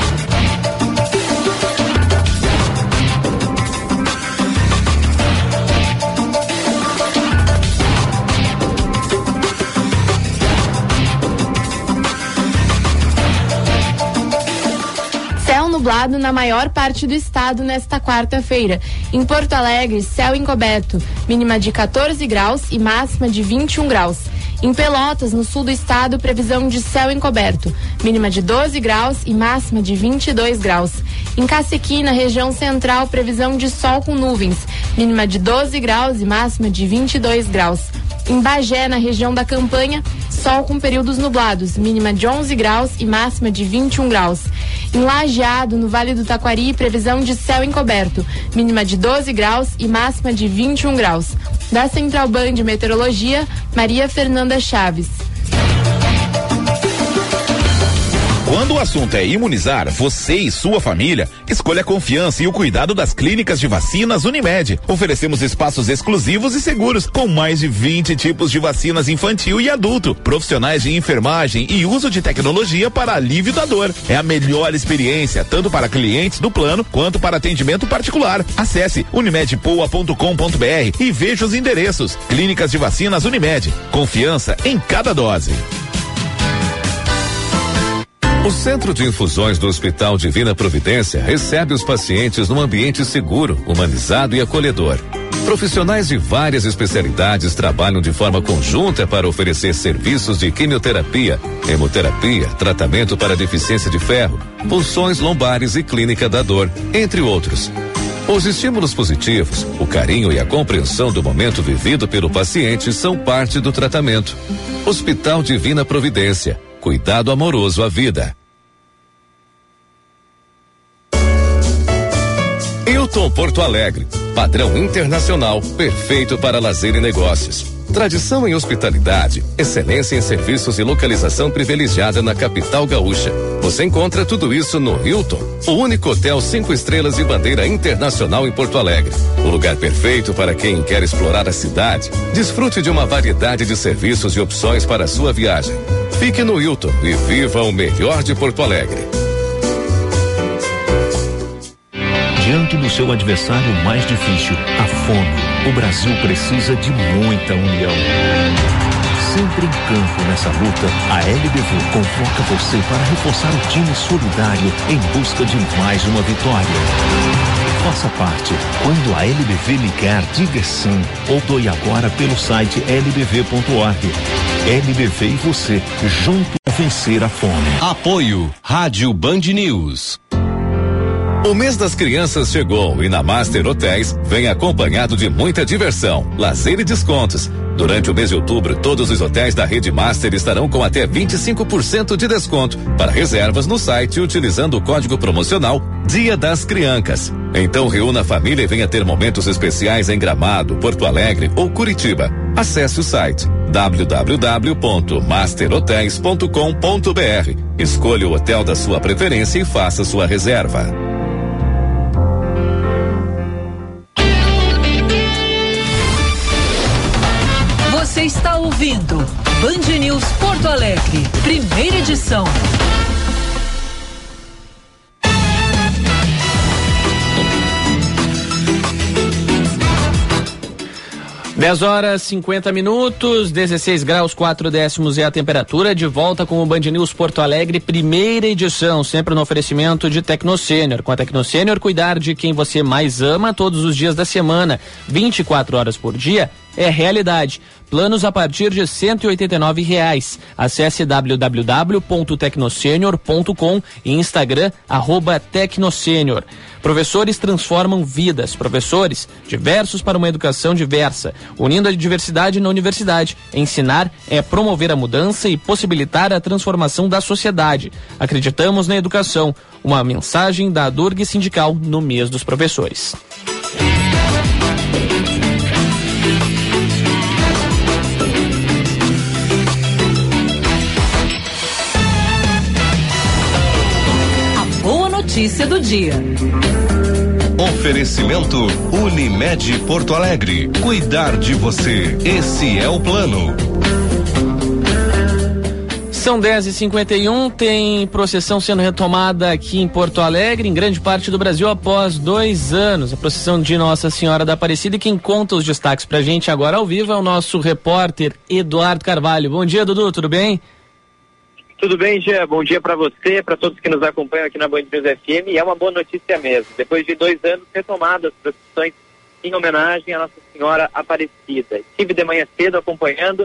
Nublado na maior parte do estado nesta quarta-feira. Em Porto Alegre, céu encoberto, mínima de 14 graus e máxima de 21 graus. Em Pelotas, no sul do estado, previsão de céu encoberto, mínima de 12 graus e máxima de 22 graus. Em Cacequi, na região central, previsão de sol com nuvens, mínima de 12 graus e máxima de 22 graus. Em Bagé, na região da Campanha, sol com períodos nublados, mínima de 11 graus e máxima de 21 graus. Em Lajeado, no Vale do Taquari, previsão de céu encoberto, mínima de 12 graus e máxima de 21 graus. Da Central Band de Meteorologia, Maria Fernanda Chaves. Quando o assunto é imunizar você e sua família, escolha a confiança e o cuidado das clínicas de vacinas Unimed. Oferecemos espaços exclusivos e seguros, com mais de 20 tipos de vacinas infantil e adulto, profissionais de enfermagem e uso de tecnologia para alívio da dor. É a melhor experiência, tanto para clientes do plano quanto para atendimento particular. Acesse unimedpoa.com.br e veja os endereços. Clínicas de vacinas Unimed. Confiança em cada dose. O Centro de Infusões do Hospital Divina Providência recebe os pacientes num ambiente seguro, humanizado e acolhedor. Profissionais de várias especialidades trabalham de forma conjunta para oferecer serviços de quimioterapia, hemoterapia, tratamento para deficiência de ferro, punções lombares e clínica da dor, entre outros. Os estímulos positivos, o carinho e a compreensão do momento vivido pelo paciente são parte do tratamento. Hospital Divina Providência. Cuidado amoroso à vida. Hilton Porto Alegre. Padrão internacional, perfeito para lazer e negócios. Tradição em hospitalidade, excelência em serviços e localização privilegiada na capital gaúcha. Você encontra tudo isso no Hilton, o único hotel 5 estrelas e bandeira internacional em Porto Alegre. O lugar perfeito para quem quer explorar a cidade. Desfrute de uma variedade de serviços e opções para a sua viagem. Fique no Hilton e viva o melhor de Porto Alegre. Diante do seu adversário mais difícil, a fome, o Brasil precisa de muita união. Sempre em campo nessa luta, a LBV convoca você para reforçar o time solidário em busca de mais uma vitória. Faça parte. Quando a LBV ligar, diga sim ou doe agora pelo site lbv.org. LBV e você, junto a vencer a fome. Apoio Rádio Band News. O mês das crianças chegou e na Master Hotéis vem acompanhado de muita diversão, lazer e descontos. Durante o mês de outubro, todos os hotéis da rede Master estarão com até 25% de desconto para reservas no site utilizando o código promocional Dia das Criancas. Então reúna a família e venha ter momentos especiais em Gramado, Porto Alegre ou Curitiba. Acesse o site www.masterhotels.com.br. Escolha o hotel da sua preferência e faça sua reserva. Você está ouvindo Band News Porto Alegre, primeira edição. Dez horas 50 minutos, 16 graus 4 décimos é a temperatura. De volta com o Band News Porto Alegre, primeira edição, sempre no oferecimento de Tecnosênior. Com a Tecnosênior, cuidar de quem você mais ama todos os dias da semana, 24 horas por dia, é realidade. Planos a partir de R$189. Acesse www.tecnosenior.com e Instagram @tecnosenior. Professores transformam vidas. Professores diversos para uma educação diversa, unindo a diversidade na universidade. Ensinar é promover a mudança e possibilitar a transformação da sociedade. Acreditamos na educação. Uma mensagem da Durg Sindical no mês dos professores. Notícia do dia. Oferecimento Unimed Porto Alegre. Cuidar de você. Esse é o plano. São 10h51, tem procissão sendo retomada aqui em Porto Alegre, em grande parte do Brasil, após 2 anos. A procissão de Nossa Senhora da Aparecida, e quem conta os destaques pra gente agora ao vivo é o nosso repórter Eduardo Carvalho. Bom dia, Dudu, tudo bem? Tudo bem, Jean? Bom dia para você, para todos que nos acompanham aqui na Band News FM. E é uma boa notícia mesmo. Depois de 2 anos, retomadas as procissões em homenagem à Nossa Senhora Aparecida. Estive de manhã cedo acompanhando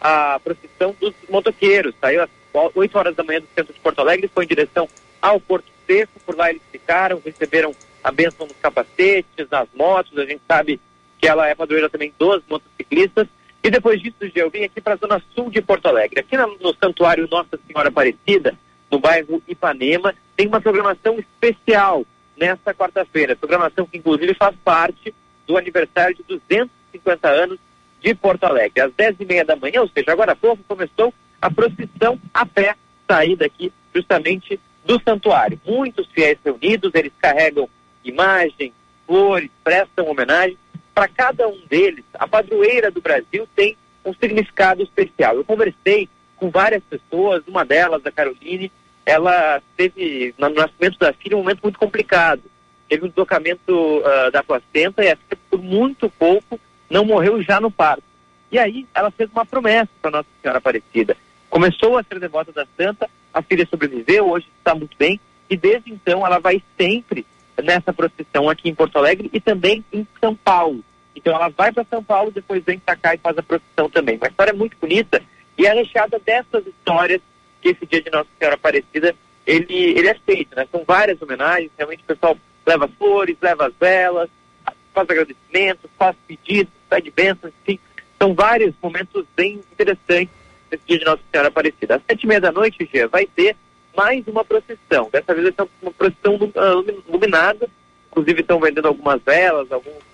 a procissão dos motoqueiros. Saiu às 8 horas da manhã do centro de Porto Alegre, foi em direção ao Porto Seco. Por lá eles ficaram, receberam a bênção nos capacetes, nas motos. A gente sabe que ela é padroeira também dos motociclistas. E depois disso, eu vim aqui para a zona sul de Porto Alegre. Aqui no Santuário Nossa Senhora Aparecida, no bairro Ipanema, tem uma programação especial nesta quarta-feira. Programação que, inclusive, faz parte do aniversário de 250 anos de Porto Alegre. Às 10h30 da manhã, ou seja, agora há pouco, começou a procissão a pé, saída aqui justamente do santuário. Muitos fiéis reunidos, eles carregam imagens, flores, prestam homenagem. Para cada um deles, a padroeira do Brasil tem um significado especial. Eu conversei com várias pessoas, uma delas, a Caroline, ela teve, no nascimento da filha, um momento muito complicado. Teve um deslocamento da placenta e a filha, por muito pouco, não morreu já no parto. E aí, ela fez uma promessa para Nossa Senhora Aparecida. Começou a ser devota da santa, a filha sobreviveu, hoje está muito bem, e desde então ela vai sempre nessa procissão aqui em Porto Alegre e também em São Paulo. Então ela vai para São Paulo, depois vem para cá e faz a procissão também. Uma história muito bonita e é recheada dessas histórias que esse dia de Nossa Senhora Aparecida ele é feito, né? São várias homenagens, realmente o pessoal leva flores, leva as velas, faz agradecimentos, faz pedidos, pede bênçãos, enfim. São vários momentos bem interessantes nesse dia de Nossa Senhora Aparecida. Às 7h30 da noite, Gia, vai ter mais uma procissão. Dessa vez vai ser uma procissão iluminada. Inclusive estão vendendo algumas velas,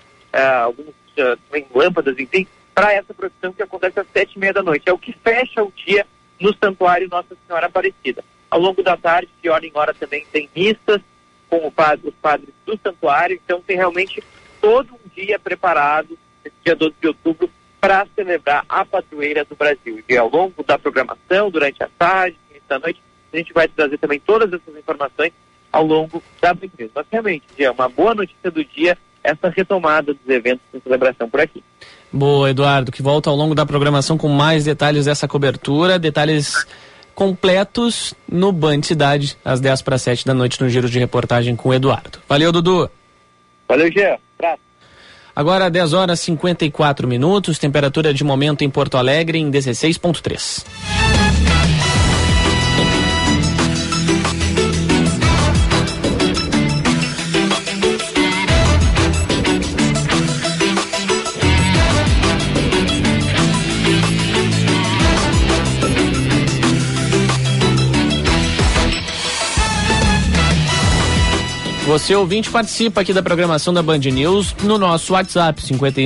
algumas lâmpadas, enfim, para essa procissão que acontece às 7h30 da noite. É o que fecha o dia no Santuário Nossa Senhora Aparecida. Ao longo da tarde, de hora em hora, também tem missas com os padres do santuário. Então tem realmente todo um dia preparado, esse dia 12 de outubro, para celebrar a padroeira do Brasil. E ao longo da programação, durante a tarde, início da noite, a gente vai trazer também todas essas informações ao longo da manhã. Mas realmente, é uma boa notícia do dia essa retomada dos eventos de celebração por aqui. Boa, Eduardo, que volta ao longo da programação com mais detalhes dessa cobertura, detalhes completos no Band Cidade, às 6:50 da noite, no Giro de Reportagem com o Eduardo. Valeu, Dudu. Valeu, Jean. Abraço. Agora 10h54, temperatura de momento em Porto Alegre em 16,3. Você, ouvinte, participa aqui da programação da Band News no nosso WhatsApp,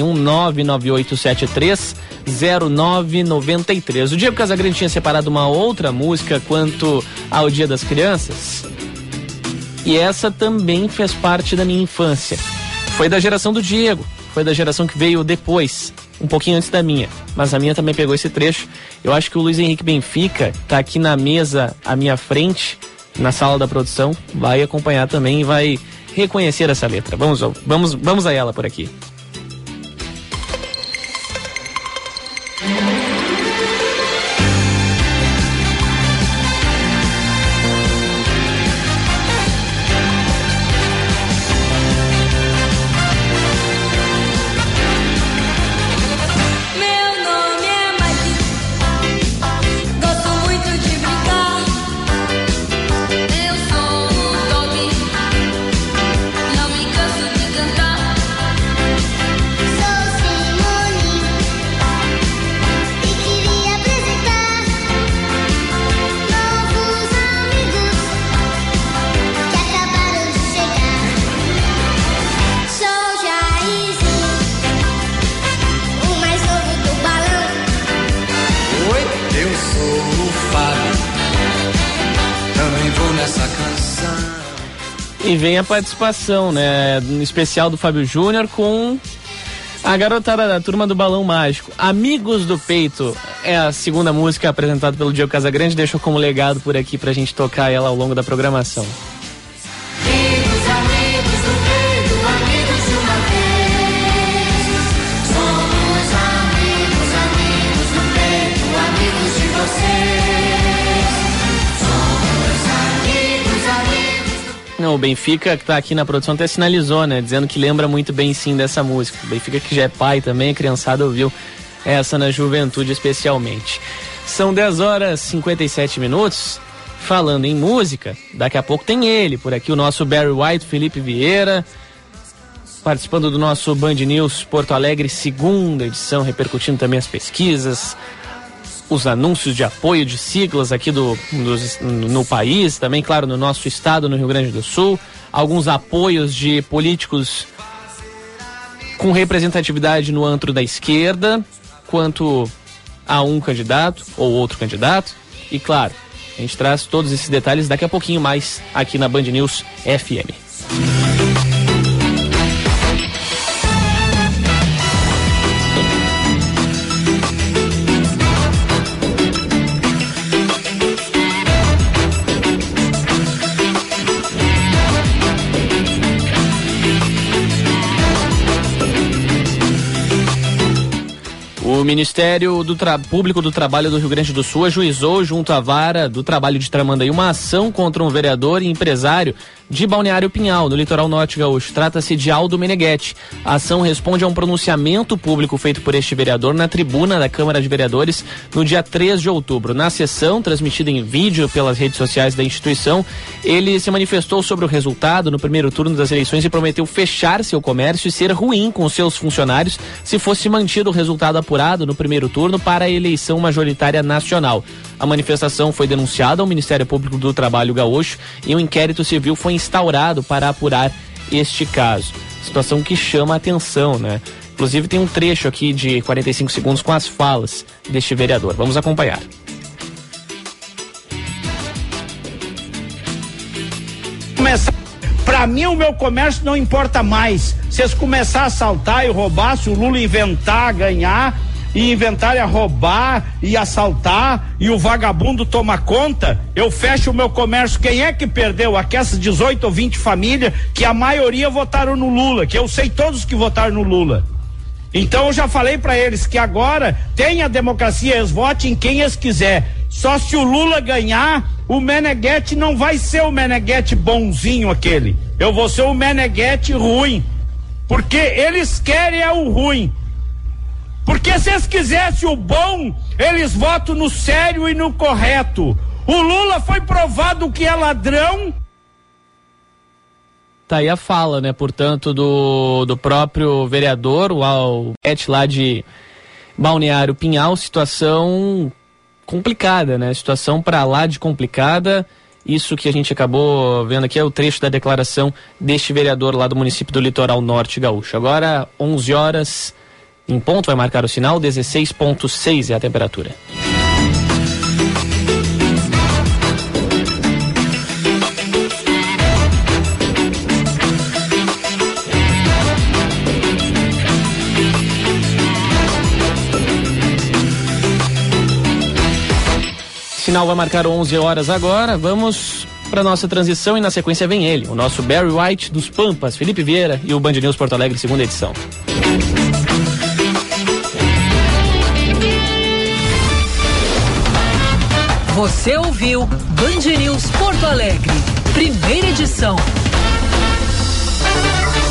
51-99873-0993. O Diego Casagrande tinha separado uma outra música quanto ao Dia das Crianças, e essa também fez parte da minha infância. Foi da geração do Diego, foi da geração que veio depois, um pouquinho antes da minha, mas a minha também pegou esse trecho. Eu acho que o Luiz Henrique Benfica tá aqui na mesa à minha frente, na sala da produção, vai acompanhar também e vai reconhecer essa letra. Vamos a ela por aqui. E vem a participação, né, no especial do Fábio Júnior com a garotada da Turma do Balão Mágico. Amigos do Peito é a segunda música apresentada pelo Diego Casagrande, deixou como legado por aqui pra gente tocar ela ao longo da programação. O Benfica, que tá aqui na produção, até sinalizou, né? Dizendo que lembra muito bem, sim, dessa música. O Benfica, que já é pai também, a criançada ouviu essa na juventude especialmente. São 10h57. Falando em música, daqui a pouco tem ele por aqui, o nosso Barry White, Felipe Vieira, participando do nosso Band News Porto Alegre, segunda edição, repercutindo também as pesquisas, os anúncios de apoio de siglas aqui no país, também, claro, no nosso estado, no Rio Grande do Sul, alguns apoios de políticos com representatividade no antro da esquerda, quanto a um candidato ou outro candidato, e claro, a gente traz todos esses detalhes daqui a pouquinho mais aqui na Band News FM. O Ministério Público do Trabalho do Rio Grande do Sul ajuizou junto à Vara do Trabalho de Tramandaí uma ação contra um vereador e empresário de Balneário Pinhal, no litoral norte gaúcho. Trata-se de Aldo Meneghetti. A ação responde a um pronunciamento público feito por este vereador na tribuna da Câmara de Vereadores no dia 3 de outubro. Na sessão, transmitida em vídeo pelas redes sociais da instituição, ele se manifestou sobre o resultado no primeiro turno das eleições e prometeu fechar seu comércio e ser ruim com seus funcionários se fosse mantido o resultado apurado no primeiro turno para a eleição majoritária nacional. A manifestação foi denunciada ao Ministério Público do Trabalho gaúcho e um inquérito civil foi instaurado para apurar este caso. Situação que chama a atenção, né? Inclusive tem um trecho aqui de 45 segundos com as falas deste vereador. Vamos acompanhar. Pra mim, o meu comércio não importa mais. Se eles começarem a assaltar e roubar, se o Lula inventar, ganhar, e inventarem a roubar e assaltar e o vagabundo toma conta, eu fecho o meu comércio. Quem é que perdeu? Aquelas 18 ou 20 famílias que a maioria votaram no Lula, que eu sei todos que votaram no Lula. Então eu já falei para eles que agora tem a democracia, eles votem em quem eles quiser. Só se o Lula ganhar, o Meneghetti não vai ser o Meneghetti bonzinho aquele. Eu vou ser o Meneghetti ruim. Porque eles querem é o ruim. Porque se eles quisessem o bom, eles votam no sério e no correto. O Lula foi provado que é ladrão. Tá aí a fala, né, portanto, do próprio vereador, o Alberto lá de Balneário Pinhal. Situação complicada, né? Situação pra lá de complicada. Isso que a gente acabou vendo aqui é o trecho da declaração deste vereador lá do município do Litoral Norte Gaúcho. Agora, 11 horas em ponto, vai marcar o sinal, 16,6 é a temperatura. Sinal vai marcar 11 horas agora. Vamos para nossa transição e na sequência vem ele, o nosso Barry White dos Pampas, Felipe Vieira e o Band News Porto Alegre, segunda edição. Você ouviu Band News Porto Alegre, primeira edição.